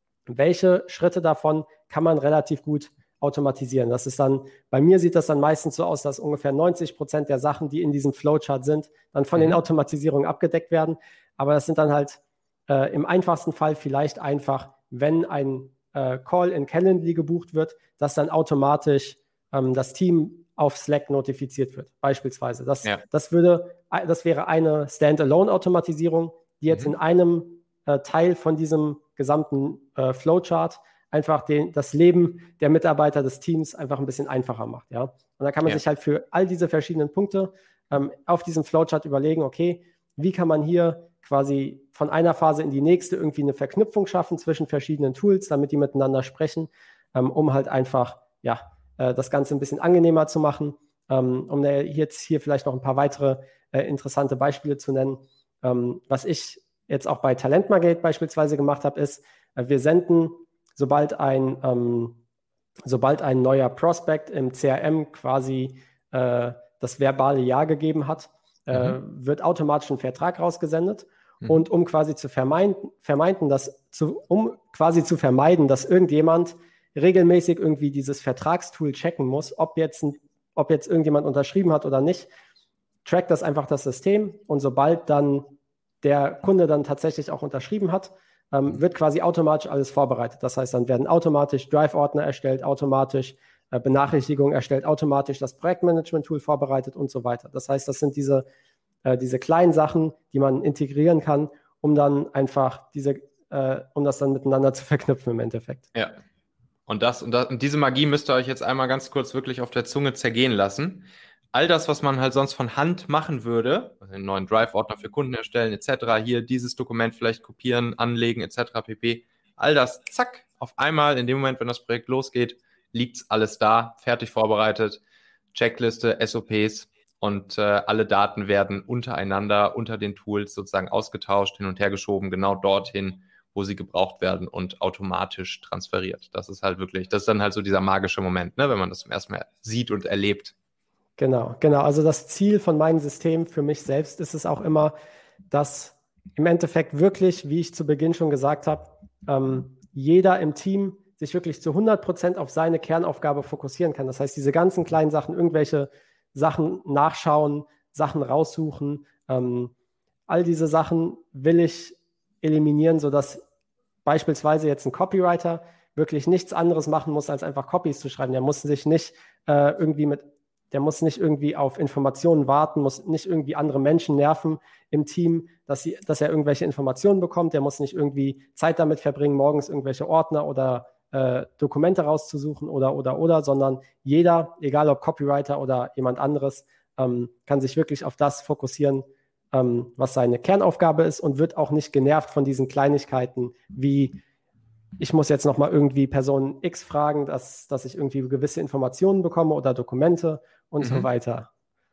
welche Schritte davon kann man relativ gut automatisieren. Das ist dann, bei mir sieht das dann meistens so aus, dass ungefähr neunzig Prozent der Sachen, die in diesem Flowchart sind, dann von mhm. den Automatisierungen abgedeckt werden. Aber das sind dann halt äh, im einfachsten Fall vielleicht einfach, wenn ein äh, Call in Calendly gebucht wird, dass dann automatisch ähm, das Team auf Slack notifiziert wird, beispielsweise. Das, ja. das, würde, das wäre eine Standalone-Automatisierung, die jetzt mhm. in einem äh, Teil von diesem gesamten äh, Flowchart einfach den, das Leben der Mitarbeiter des Teams einfach ein bisschen einfacher macht. Ja? Und dann kann man ja. sich halt für all diese verschiedenen Punkte ähm, auf diesem Flowchart überlegen, okay, wie kann man hier quasi von einer Phase in die nächste irgendwie eine Verknüpfung schaffen zwischen verschiedenen Tools, damit die miteinander sprechen, ähm, um halt einfach ja, äh, das Ganze ein bisschen angenehmer zu machen. Ähm, um da jetzt hier vielleicht noch ein paar weitere äh, interessante Beispiele zu nennen. Ähm, was ich jetzt auch bei Talentmagate beispielsweise gemacht habe, ist, äh, wir senden, sobald ein, ähm, sobald ein neuer Prospect im C R M quasi äh, das verbale Ja gegeben hat, äh, mhm. wird automatisch ein Vertrag rausgesendet. Mhm. Und um quasi zu vermeiden, vermeiden dass, zu, um quasi zu vermeiden, dass irgendjemand regelmäßig irgendwie dieses Vertragstool checken muss, ob jetzt, ein, ob jetzt irgendjemand unterschrieben hat oder nicht, trackt das einfach das System und sobald dann der Kunde dann tatsächlich auch unterschrieben hat, ähm, wird quasi automatisch alles vorbereitet. Das heißt, dann werden automatisch Drive-Ordner erstellt, automatisch äh, Benachrichtigungen erstellt, automatisch das Projektmanagement-Tool vorbereitet und so weiter. Das heißt, das sind diese, äh, diese kleinen Sachen, die man integrieren kann, um dann einfach diese, äh, um das dann miteinander zu verknüpfen im Endeffekt. Ja. Und, das, und, das, und diese Magie müsst ihr euch jetzt einmal ganz kurz wirklich auf der Zunge zergehen lassen. All das, was man halt sonst von Hand machen würde, also einen neuen Drive-Ordner für Kunden erstellen et cetera, hier dieses Dokument vielleicht kopieren, anlegen et cetera pp. All das, zack, auf einmal in dem Moment, wenn das Projekt losgeht, liegt alles da, fertig vorbereitet, Checkliste, S O Ps und äh, alle Daten werden untereinander, unter den Tools sozusagen ausgetauscht, hin und her geschoben, genau dorthin, wo sie gebraucht werden und automatisch transferiert. Das ist halt wirklich, das ist dann halt so dieser magische Moment, ne, wenn man das zum ersten Mal sieht und erlebt. Genau, genau. Also das Ziel von meinem System für mich selbst ist es auch immer, dass im Endeffekt wirklich, wie ich zu Beginn schon gesagt habe, ähm, jeder im Team sich wirklich zu hundert Prozent auf seine Kernaufgabe fokussieren kann. Das heißt, diese ganzen kleinen Sachen, irgendwelche Sachen nachschauen, Sachen raussuchen, ähm, all diese Sachen will ich eliminieren, sodass beispielsweise jetzt ein Copywriter wirklich nichts anderes machen muss, als einfach Copies zu schreiben. Der muss sich nicht äh, irgendwie mit Der muss nicht irgendwie auf Informationen warten, muss nicht irgendwie andere Menschen nerven im Team, dass, sie, dass er irgendwelche Informationen bekommt. Der muss nicht irgendwie Zeit damit verbringen, morgens irgendwelche Ordner oder äh, Dokumente rauszusuchen oder, oder, oder, sondern jeder, egal ob Copywriter oder jemand anderes, ähm, kann sich wirklich auf das fokussieren, ähm, was seine Kernaufgabe ist und wird auch nicht genervt von diesen Kleinigkeiten wie ich muss jetzt nochmal irgendwie Person X fragen, dass, dass ich irgendwie gewisse Informationen bekomme oder Dokumente und mhm. so weiter.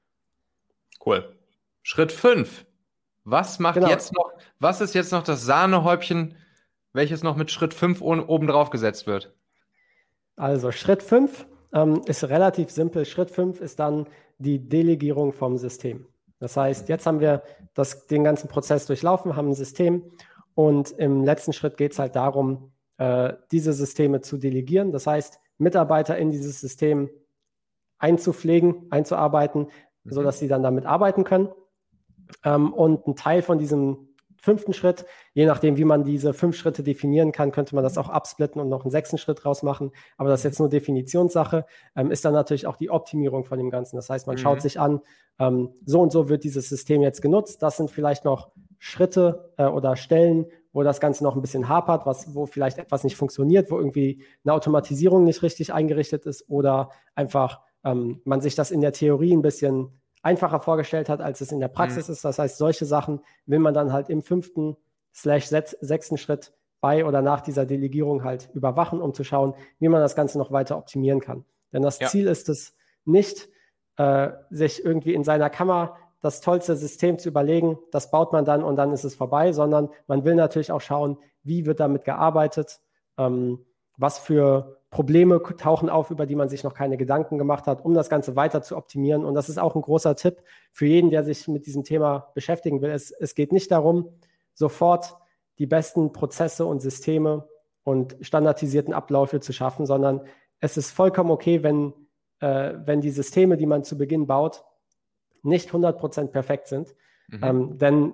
Cool. Schritt fünf. Was macht genau. jetzt noch, was ist jetzt noch das Sahnehäubchen, welches noch mit Schritt fünf oben drauf gesetzt wird? Also Schritt fünf ähm, ist relativ simpel. Schritt fünf ist dann die Delegierung vom System. Das heißt, jetzt haben wir das, den ganzen Prozess durchlaufen, haben ein System und im letzten Schritt geht es halt darum, diese Systeme zu delegieren. Das heißt, Mitarbeiter in dieses System einzupflegen, einzuarbeiten, mhm. sodass sie dann damit arbeiten können. Und ein Teil von diesem fünften Schritt, je nachdem, wie man diese fünf Schritte definieren kann, könnte man das auch absplitten und noch einen sechsten Schritt rausmachen. Aber das ist jetzt nur Definitionssache, ist dann natürlich auch die Optimierung von dem Ganzen. Das heißt, man mhm. schaut sich an, so und so wird dieses System jetzt genutzt. Das sind vielleicht noch Schritte äh, oder Stellen, wo das Ganze noch ein bisschen hapert, was, wo vielleicht etwas nicht funktioniert, wo irgendwie eine Automatisierung nicht richtig eingerichtet ist oder einfach ähm, man sich das in der Theorie ein bisschen einfacher vorgestellt hat, als es in der Praxis mhm. ist. Das heißt, solche Sachen will man dann halt im fünften slash sechsten Schritt bei oder nach dieser Delegierung halt überwachen, um zu schauen, wie man das Ganze noch weiter optimieren kann. Denn das ja. Ziel ist es nicht, äh, sich irgendwie in seiner Kammer das tollste System zu überlegen, das baut man dann und dann ist es vorbei, sondern man will natürlich auch schauen, wie wird damit gearbeitet, ähm, was für Probleme tauchen auf, über die man sich noch keine Gedanken gemacht hat, um das Ganze weiter zu optimieren. Und das ist auch ein großer Tipp für jeden, der sich mit diesem Thema beschäftigen will. Es, es geht nicht darum, sofort die besten Prozesse und Systeme und standardisierten Abläufe zu schaffen, sondern es ist vollkommen okay, wenn, äh, wenn die Systeme, die man zu Beginn baut, nicht hundert Prozent perfekt sind. Mhm. Ähm, denn,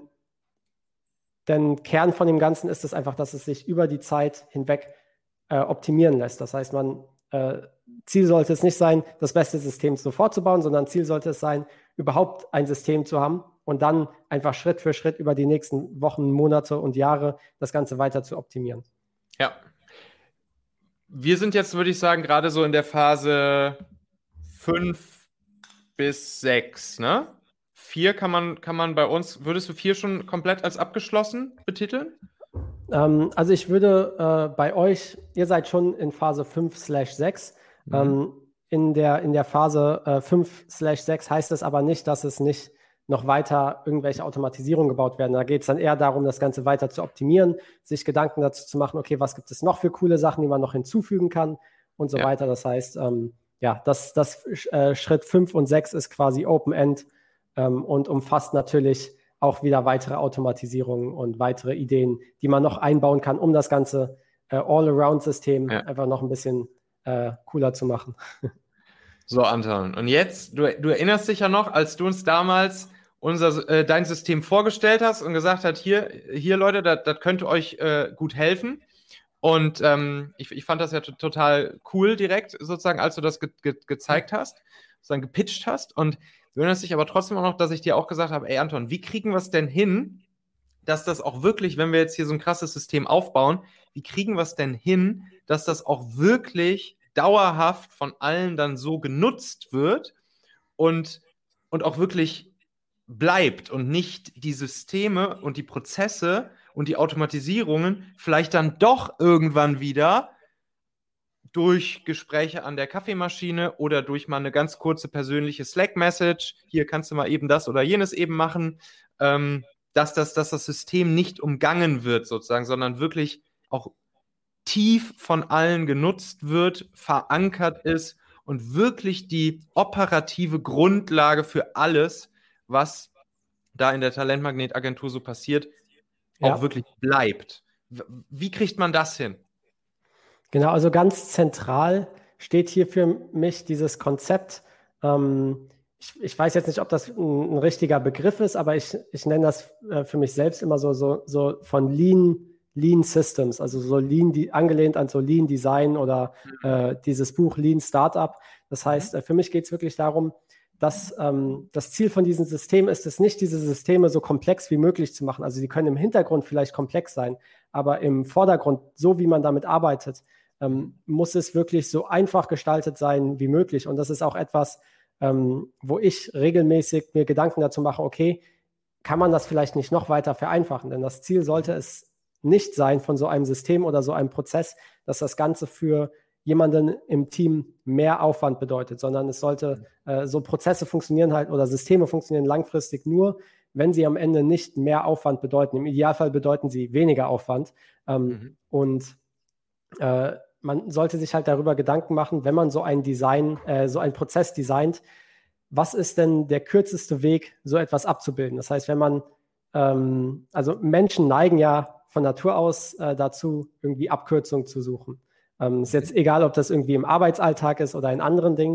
denn Kern von dem Ganzen ist es einfach, dass es sich über die Zeit hinweg äh, optimieren lässt. Das heißt, man, äh, Ziel sollte es nicht sein, das beste System sofort zu bauen, sondern Ziel sollte es sein, überhaupt ein System zu haben und dann einfach Schritt für Schritt über die nächsten Wochen, Monate und Jahre das Ganze weiter zu optimieren. Ja. Wir sind jetzt, würde ich sagen, gerade so in der Phase fünf bis sechs, ne? Vier kann man, kann man bei uns, würdest du vier schon komplett als abgeschlossen betiteln? Ähm, also ich würde äh, bei euch, ihr seid schon in Phase fünf slash sechs. Mhm. Ähm, in, der, in der Phase äh, fünf slash sechs heißt es aber nicht, dass es nicht noch weiter irgendwelche Automatisierungen gebaut werden. Da geht es dann eher darum, das Ganze weiter zu optimieren, sich Gedanken dazu zu machen, okay, was gibt es noch für coole Sachen, die man noch hinzufügen kann und so ja. weiter. Das heißt, ähm, ja, das, das äh, Schritt fünf und sechs ist quasi Open-End ähm, und umfasst natürlich auch wieder weitere Automatisierungen und weitere Ideen, die man noch einbauen kann, um das ganze äh, All-Around-System ja. einfach noch ein bisschen äh, cooler zu machen. So, Anton, und jetzt, du, du erinnerst dich ja noch, als du uns damals unser, äh, dein System vorgestellt hast und gesagt hast, hier, hier Leute, das könnte euch äh, gut helfen. Und ähm, ich, ich fand das ja t- total cool direkt, sozusagen, als du das ge- ge- gezeigt hast, sozusagen gepitcht hast. Und du erinnerst dich aber trotzdem auch noch, dass ich dir auch gesagt habe, ey Anton, wie kriegen wir es denn hin, dass das auch wirklich, wenn wir jetzt hier so ein krasses System aufbauen, wie kriegen wir es denn hin, dass das auch wirklich dauerhaft von allen dann so genutzt wird und, und auch wirklich bleibt und nicht die Systeme und die Prozesse und die Automatisierungen vielleicht dann doch irgendwann wieder durch Gespräche an der Kaffeemaschine oder durch mal eine ganz kurze persönliche Slack-Message, hier kannst du mal eben das oder jenes eben machen, ähm, dass, das, dass das System nicht umgangen wird sozusagen, sondern wirklich auch tief von allen genutzt wird, verankert ist und wirklich die operative Grundlage für alles, was da in der Talentmagnet-Agentur so passiert, ja. auch wirklich bleibt. Wie kriegt man das hin? Genau, also ganz zentral steht hier für mich dieses Konzept. Ähm, ich, ich weiß jetzt nicht, ob das ein, ein richtiger Begriff ist, aber ich, ich nenne das äh, für mich selbst immer so, so, so von Lean, Lean Systems, also so Lean, die, angelehnt an so Lean Design oder äh, dieses Buch Lean Startup. Das heißt, äh, für mich geht es wirklich darum, dass ähm, das Ziel von diesem System ist es nicht, diese Systeme so komplex wie möglich zu machen. Also die können im Hintergrund vielleicht komplex sein, aber im Vordergrund, so wie man damit arbeitet, ähm, muss es wirklich so einfach gestaltet sein wie möglich. Und das ist auch etwas, ähm, wo ich regelmäßig mir Gedanken dazu mache, okay, kann man das vielleicht nicht noch weiter vereinfachen? Denn das Ziel sollte es nicht sein von so einem System oder so einem Prozess, dass das Ganze für jemanden im Team mehr Aufwand bedeutet, sondern es sollte, äh, so Prozesse funktionieren halt oder Systeme funktionieren langfristig nur, wenn sie am Ende nicht mehr Aufwand bedeuten. Im Idealfall bedeuten sie weniger Aufwand. Ähm, mhm. Und äh, man sollte sich halt darüber Gedanken machen, wenn man so ein Design, äh, so einen Prozess designt, was ist denn der kürzeste Weg, so etwas abzubilden? Das heißt, wenn man, ähm, also Menschen neigen ja von Natur aus äh, dazu, irgendwie Abkürzungen zu suchen. Ähm, ist jetzt egal, ob das irgendwie im Arbeitsalltag ist oder in anderen Dingen.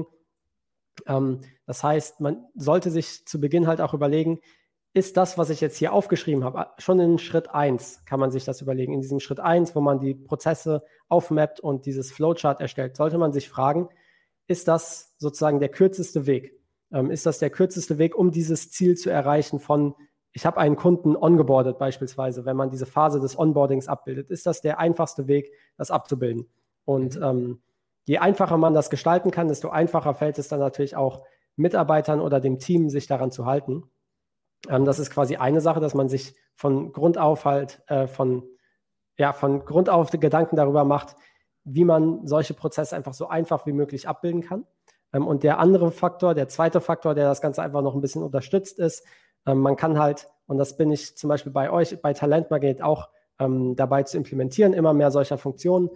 Ähm, das heißt, man sollte sich zu Beginn halt auch überlegen, ist das, was ich jetzt hier aufgeschrieben habe, schon in Schritt eins kann man sich das überlegen. In diesem Schritt eins, wo man die Prozesse aufmappt und dieses Flowchart erstellt, sollte man sich fragen, ist das sozusagen der kürzeste Weg? Ähm, ist das der kürzeste Weg, um dieses Ziel zu erreichen von, ich habe einen Kunden ongeboardet beispielsweise, wenn man diese Phase des Onboardings abbildet, ist das der einfachste Weg, das abzubilden? Und ähm, je einfacher man das gestalten kann, desto einfacher fällt es dann natürlich auch Mitarbeitern oder dem Team, sich daran zu halten. Ähm, das ist quasi eine Sache, dass man sich von Grund auf halt äh, von ja, von Grund auf Gedanken darüber macht, wie man solche Prozesse einfach so einfach wie möglich abbilden kann. Ähm, und der andere Faktor, der zweite Faktor, der das Ganze einfach noch ein bisschen unterstützt, ist, ähm, man kann halt, und das bin ich zum Beispiel bei euch, bei Talent Magnet auch ähm, dabei zu implementieren, immer mehr solcher Funktionen,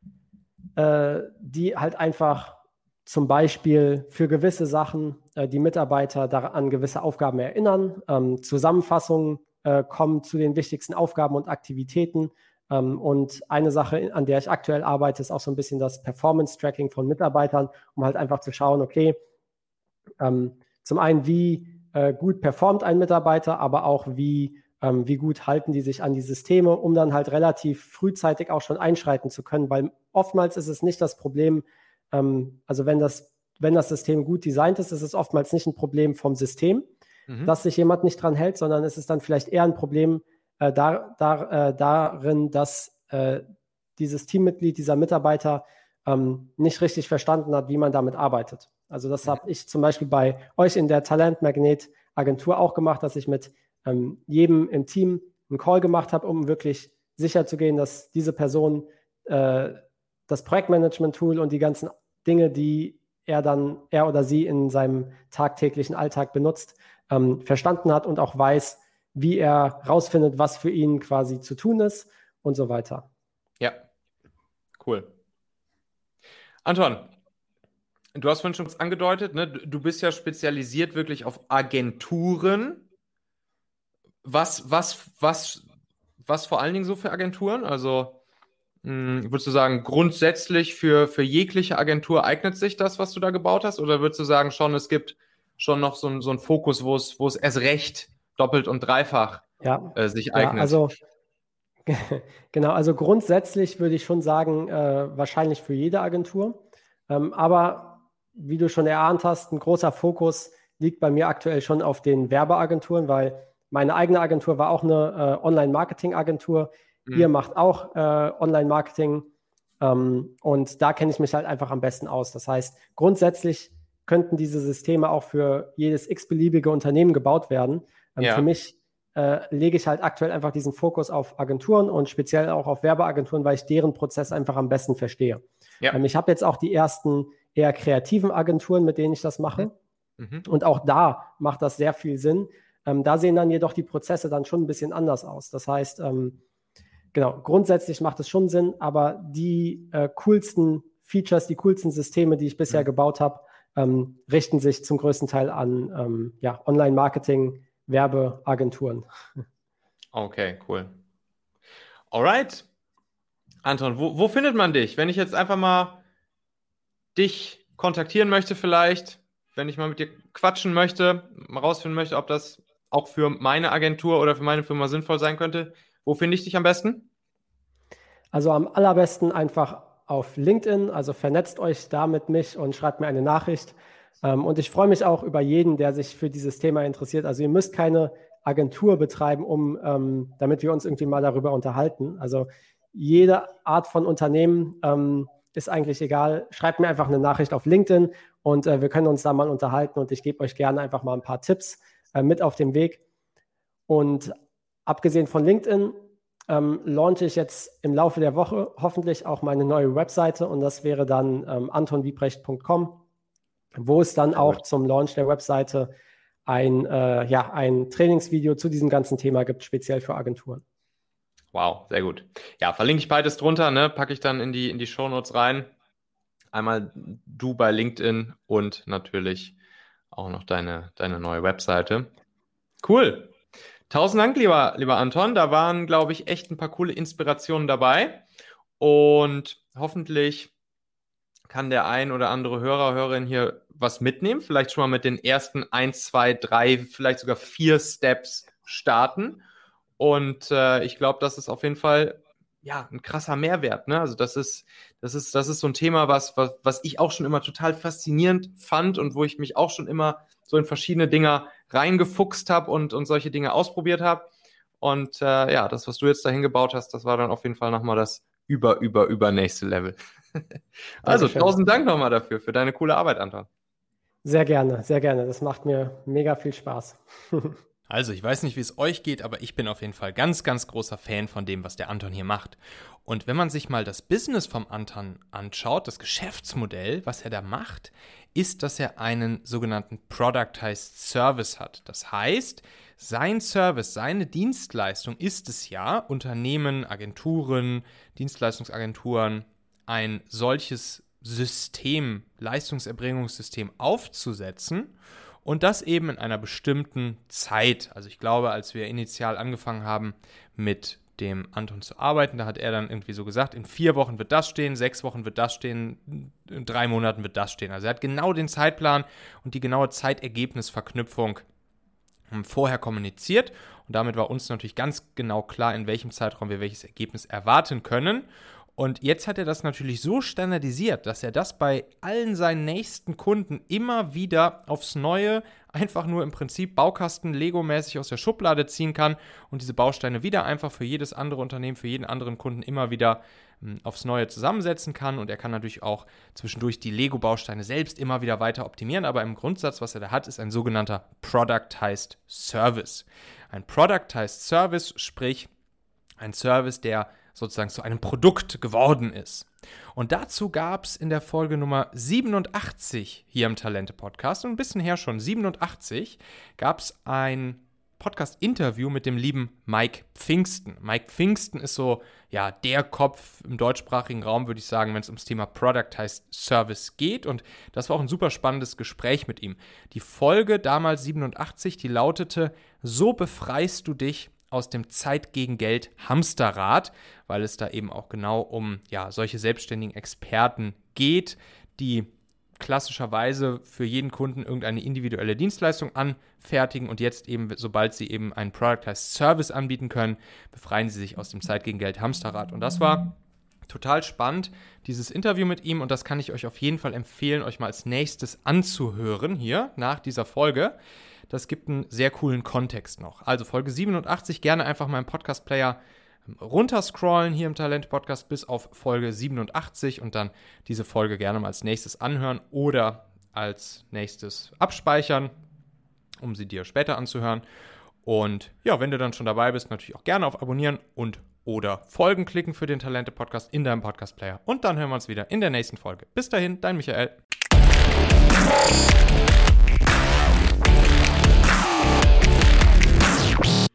äh, die halt einfach zum Beispiel für gewisse Sachen äh, die Mitarbeiter daran, an gewisse Aufgaben erinnern, ähm, Zusammenfassungen äh, kommen zu den wichtigsten Aufgaben und Aktivitäten. Ähm, und eine Sache, an der ich aktuell arbeite, ist auch so ein bisschen das Performance-Tracking von Mitarbeitern, um halt einfach zu schauen, okay, ähm, zum einen, wie äh, gut performt ein Mitarbeiter, aber auch wie, ähm, wie gut halten die sich an die Systeme, um dann halt relativ frühzeitig auch schon einschreiten zu können, weil oftmals ist es nicht das Problem, ähm, also wenn das, wenn das System gut designt ist, ist es oftmals nicht ein Problem vom System, mhm. dass sich jemand nicht dran hält, sondern es ist dann vielleicht eher ein Problem äh, da, da, äh, darin, dass äh, dieses Teammitglied, dieser Mitarbeiter ähm, nicht richtig verstanden hat, wie man damit arbeitet. Also das mhm. habe ich zum Beispiel bei euch in der Talent Magnet Agentur auch gemacht, dass ich mit ähm, jedem im Team einen Call gemacht habe, um wirklich sicher zu gehen, dass diese Person äh, das Projektmanagement-Tool und die ganzen Dinge, die er dann, er oder sie in seinem tagtäglichen Alltag benutzt, ähm, verstanden hat und auch weiß, wie er rausfindet, was für ihn quasi zu tun ist und so weiter. Ja, cool. Anton, du hast vorhin schon angedeutet, ne? Du bist ja spezialisiert wirklich auf Agenturen. Was, was, was, was vor allen Dingen so für Agenturen? Also würdest du sagen, grundsätzlich für, für jegliche Agentur eignet sich das, was du da gebaut hast? Oder würdest du sagen, schon, es gibt schon noch so, ein, so einen Fokus, wo es, wo es erst recht doppelt und dreifach ja, äh, sich eignet? Ja, also, genau, also grundsätzlich würde ich schon sagen, äh, wahrscheinlich für jede Agentur. Ähm, aber wie du schon erahnt hast, ein großer Fokus liegt bei mir aktuell schon auf den Werbeagenturen, weil meine eigene Agentur war auch eine äh, Online-Marketing-Agentur. Ihr macht auch äh, Online-Marketing ähm, und da kenne ich mich halt einfach am besten aus. Das heißt, grundsätzlich könnten diese Systeme auch für jedes x-beliebige Unternehmen gebaut werden. Ähm, ja. Für mich äh, lege ich halt aktuell einfach diesen Fokus auf Agenturen und speziell auch auf Werbeagenturen, weil ich deren Prozess einfach am besten verstehe. Ja. Ähm, ich habe jetzt auch die ersten eher kreativen Agenturen, mit denen ich das mache. Mhm. Und auch da macht das sehr viel Sinn. Ähm, da sehen dann jedoch die Prozesse dann schon ein bisschen anders aus. Das heißt, ähm, Genau, grundsätzlich macht es schon Sinn, aber die äh, coolsten Features, die coolsten Systeme, die ich bisher mhm. gebaut habe, ähm, richten sich zum größten Teil an ähm, ja, Online-Marketing, Werbeagenturen. Okay, cool. Alright. Anton, wo, wo findet man dich? Wenn ich jetzt einfach mal dich kontaktieren möchte vielleicht, wenn ich mal mit dir quatschen möchte, mal rausfinden möchte, ob das auch für meine Agentur oder für meine Firma sinnvoll sein könnte, wo finde ich dich am besten? Also am allerbesten einfach auf LinkedIn, also vernetzt euch da mit mich und schreibt mir eine Nachricht. Ähm, und ich freue mich auch über jeden, der sich für dieses Thema interessiert. Also ihr müsst keine Agentur betreiben, um, ähm, damit wir uns irgendwie mal darüber unterhalten. Also jede Art von Unternehmen ähm, ist eigentlich egal. Schreibt mir einfach eine Nachricht auf LinkedIn und äh, wir können uns da mal unterhalten und ich gebe euch gerne einfach mal ein paar Tipps äh, mit auf den Weg. Und abgesehen von LinkedIn ähm, launche ich jetzt im Laufe der Woche hoffentlich auch meine neue Webseite und das wäre dann ähm, anton wiebrecht punkt com, wo es dann auch zum Launch der Webseite ein, äh, ja, ein Trainingsvideo zu diesem ganzen Thema gibt, speziell für Agenturen. Wow, sehr gut. Ja, verlinke ich beides drunter, ne? Packe ich dann in die, in die Shownotes rein. Einmal du bei LinkedIn und natürlich auch noch deine, deine neue Webseite. Cool. Tausend Dank, lieber, lieber Anton. Da waren, glaube ich, echt ein paar coole Inspirationen dabei. Und hoffentlich kann der ein oder andere Hörer, Hörerin hier was mitnehmen. Vielleicht schon mal mit den ersten eins, zwei, drei, vielleicht sogar vier Steps starten. Und äh, ich glaube, das ist auf jeden Fall ja ein krasser Mehrwert. Ne? Also das ist, das ist, das ist so ein Thema, was, was, was ich auch schon immer total faszinierend fand und wo ich mich auch schon immer so in verschiedene Dinger reingefuchst habe und, und solche Dinge ausprobiert habe. Und äh, ja, das, was du jetzt dahin gebaut hast, das war dann auf jeden Fall nochmal das über, über, über nächste Level. Also Dankeschön. Tausend Dank nochmal dafür, für deine coole Arbeit, Anton. Sehr gerne, sehr gerne. Das macht mir mega viel Spaß. Also, ich weiß nicht, wie es euch geht, aber ich bin auf jeden Fall ganz, ganz großer Fan von dem, was der Anton hier macht. Und wenn man sich mal das Business vom Anton anschaut, das Geschäftsmodell, was er da macht, ist, dass er einen sogenannten Productized Service hat. Das heißt, sein Service, seine Dienstleistung ist es ja, Unternehmen, Agenturen, Dienstleistungsagenturen, ein solches System, Leistungserbringungssystem aufzusetzen. Und das eben in einer bestimmten Zeit. Also ich glaube, als wir initial angefangen haben, mit dem Anton zu arbeiten, da hat er dann irgendwie so gesagt, in vier Wochen wird das stehen, sechs Wochen wird das stehen, in drei Monaten wird das stehen. Also er hat genau den Zeitplan und die genaue Zeitergebnisverknüpfung vorher kommuniziert. Und damit war uns natürlich ganz genau klar, in welchem Zeitraum wir welches Ergebnis erwarten können. Und jetzt hat er das natürlich so standardisiert, dass er das bei allen seinen nächsten Kunden immer wieder aufs Neue einfach nur im Prinzip Baukasten Lego-mäßig aus der Schublade ziehen kann und diese Bausteine wieder einfach für jedes andere Unternehmen, für jeden anderen Kunden immer wieder mh, aufs Neue zusammensetzen kann. Und er kann natürlich auch zwischendurch die Lego-Bausteine selbst immer wieder weiter optimieren. Aber im Grundsatz, was er da hat, ist ein sogenannter Productized Service. Ein Productized Service, sprich ein Service, der sozusagen zu einem Produkt geworden ist. Und dazu gab es in der Folge Nummer siebenundachtzig hier im Talente-Podcast, und ein bisschen her schon, siebenundachtzig, gab es ein Podcast-Interview mit dem lieben Mike Pfingsten. Mike Pfingsten ist so, ja, der Kopf im deutschsprachigen Raum, würde ich sagen, wenn es ums Thema Productized Service geht, und das war auch ein super spannendes Gespräch mit ihm. Die Folge damals siebenundachtzig, die lautete: So befreist du dich aus dem Zeit gegen Geld Hamsterrad, weil es da eben auch genau um ja, solche selbstständigen Experten geht, die klassischerweise für jeden Kunden irgendeine individuelle Dienstleistung anfertigen und jetzt eben, sobald sie eben einen Productized Service anbieten können, befreien sie sich aus dem Zeit gegen Geld Hamsterrad. Und das war total spannend, dieses Interview mit ihm, und das kann ich euch auf jeden Fall empfehlen, euch mal als nächstes anzuhören hier nach dieser Folge. Das gibt einen sehr coolen Kontext noch. Also Folge siebenundachtzig, gerne einfach mal im Podcast-Player runterscrollen hier im Talente-Podcast bis auf Folge siebenundachtzig und dann diese Folge gerne mal als nächstes anhören oder als nächstes abspeichern, um sie dir später anzuhören. Und ja, wenn du dann schon dabei bist, natürlich auch gerne auf Abonnieren und oder Folgen klicken für den Talente-Podcast in deinem Podcast-Player. Und dann hören wir uns wieder in der nächsten Folge. Bis dahin, dein Michael.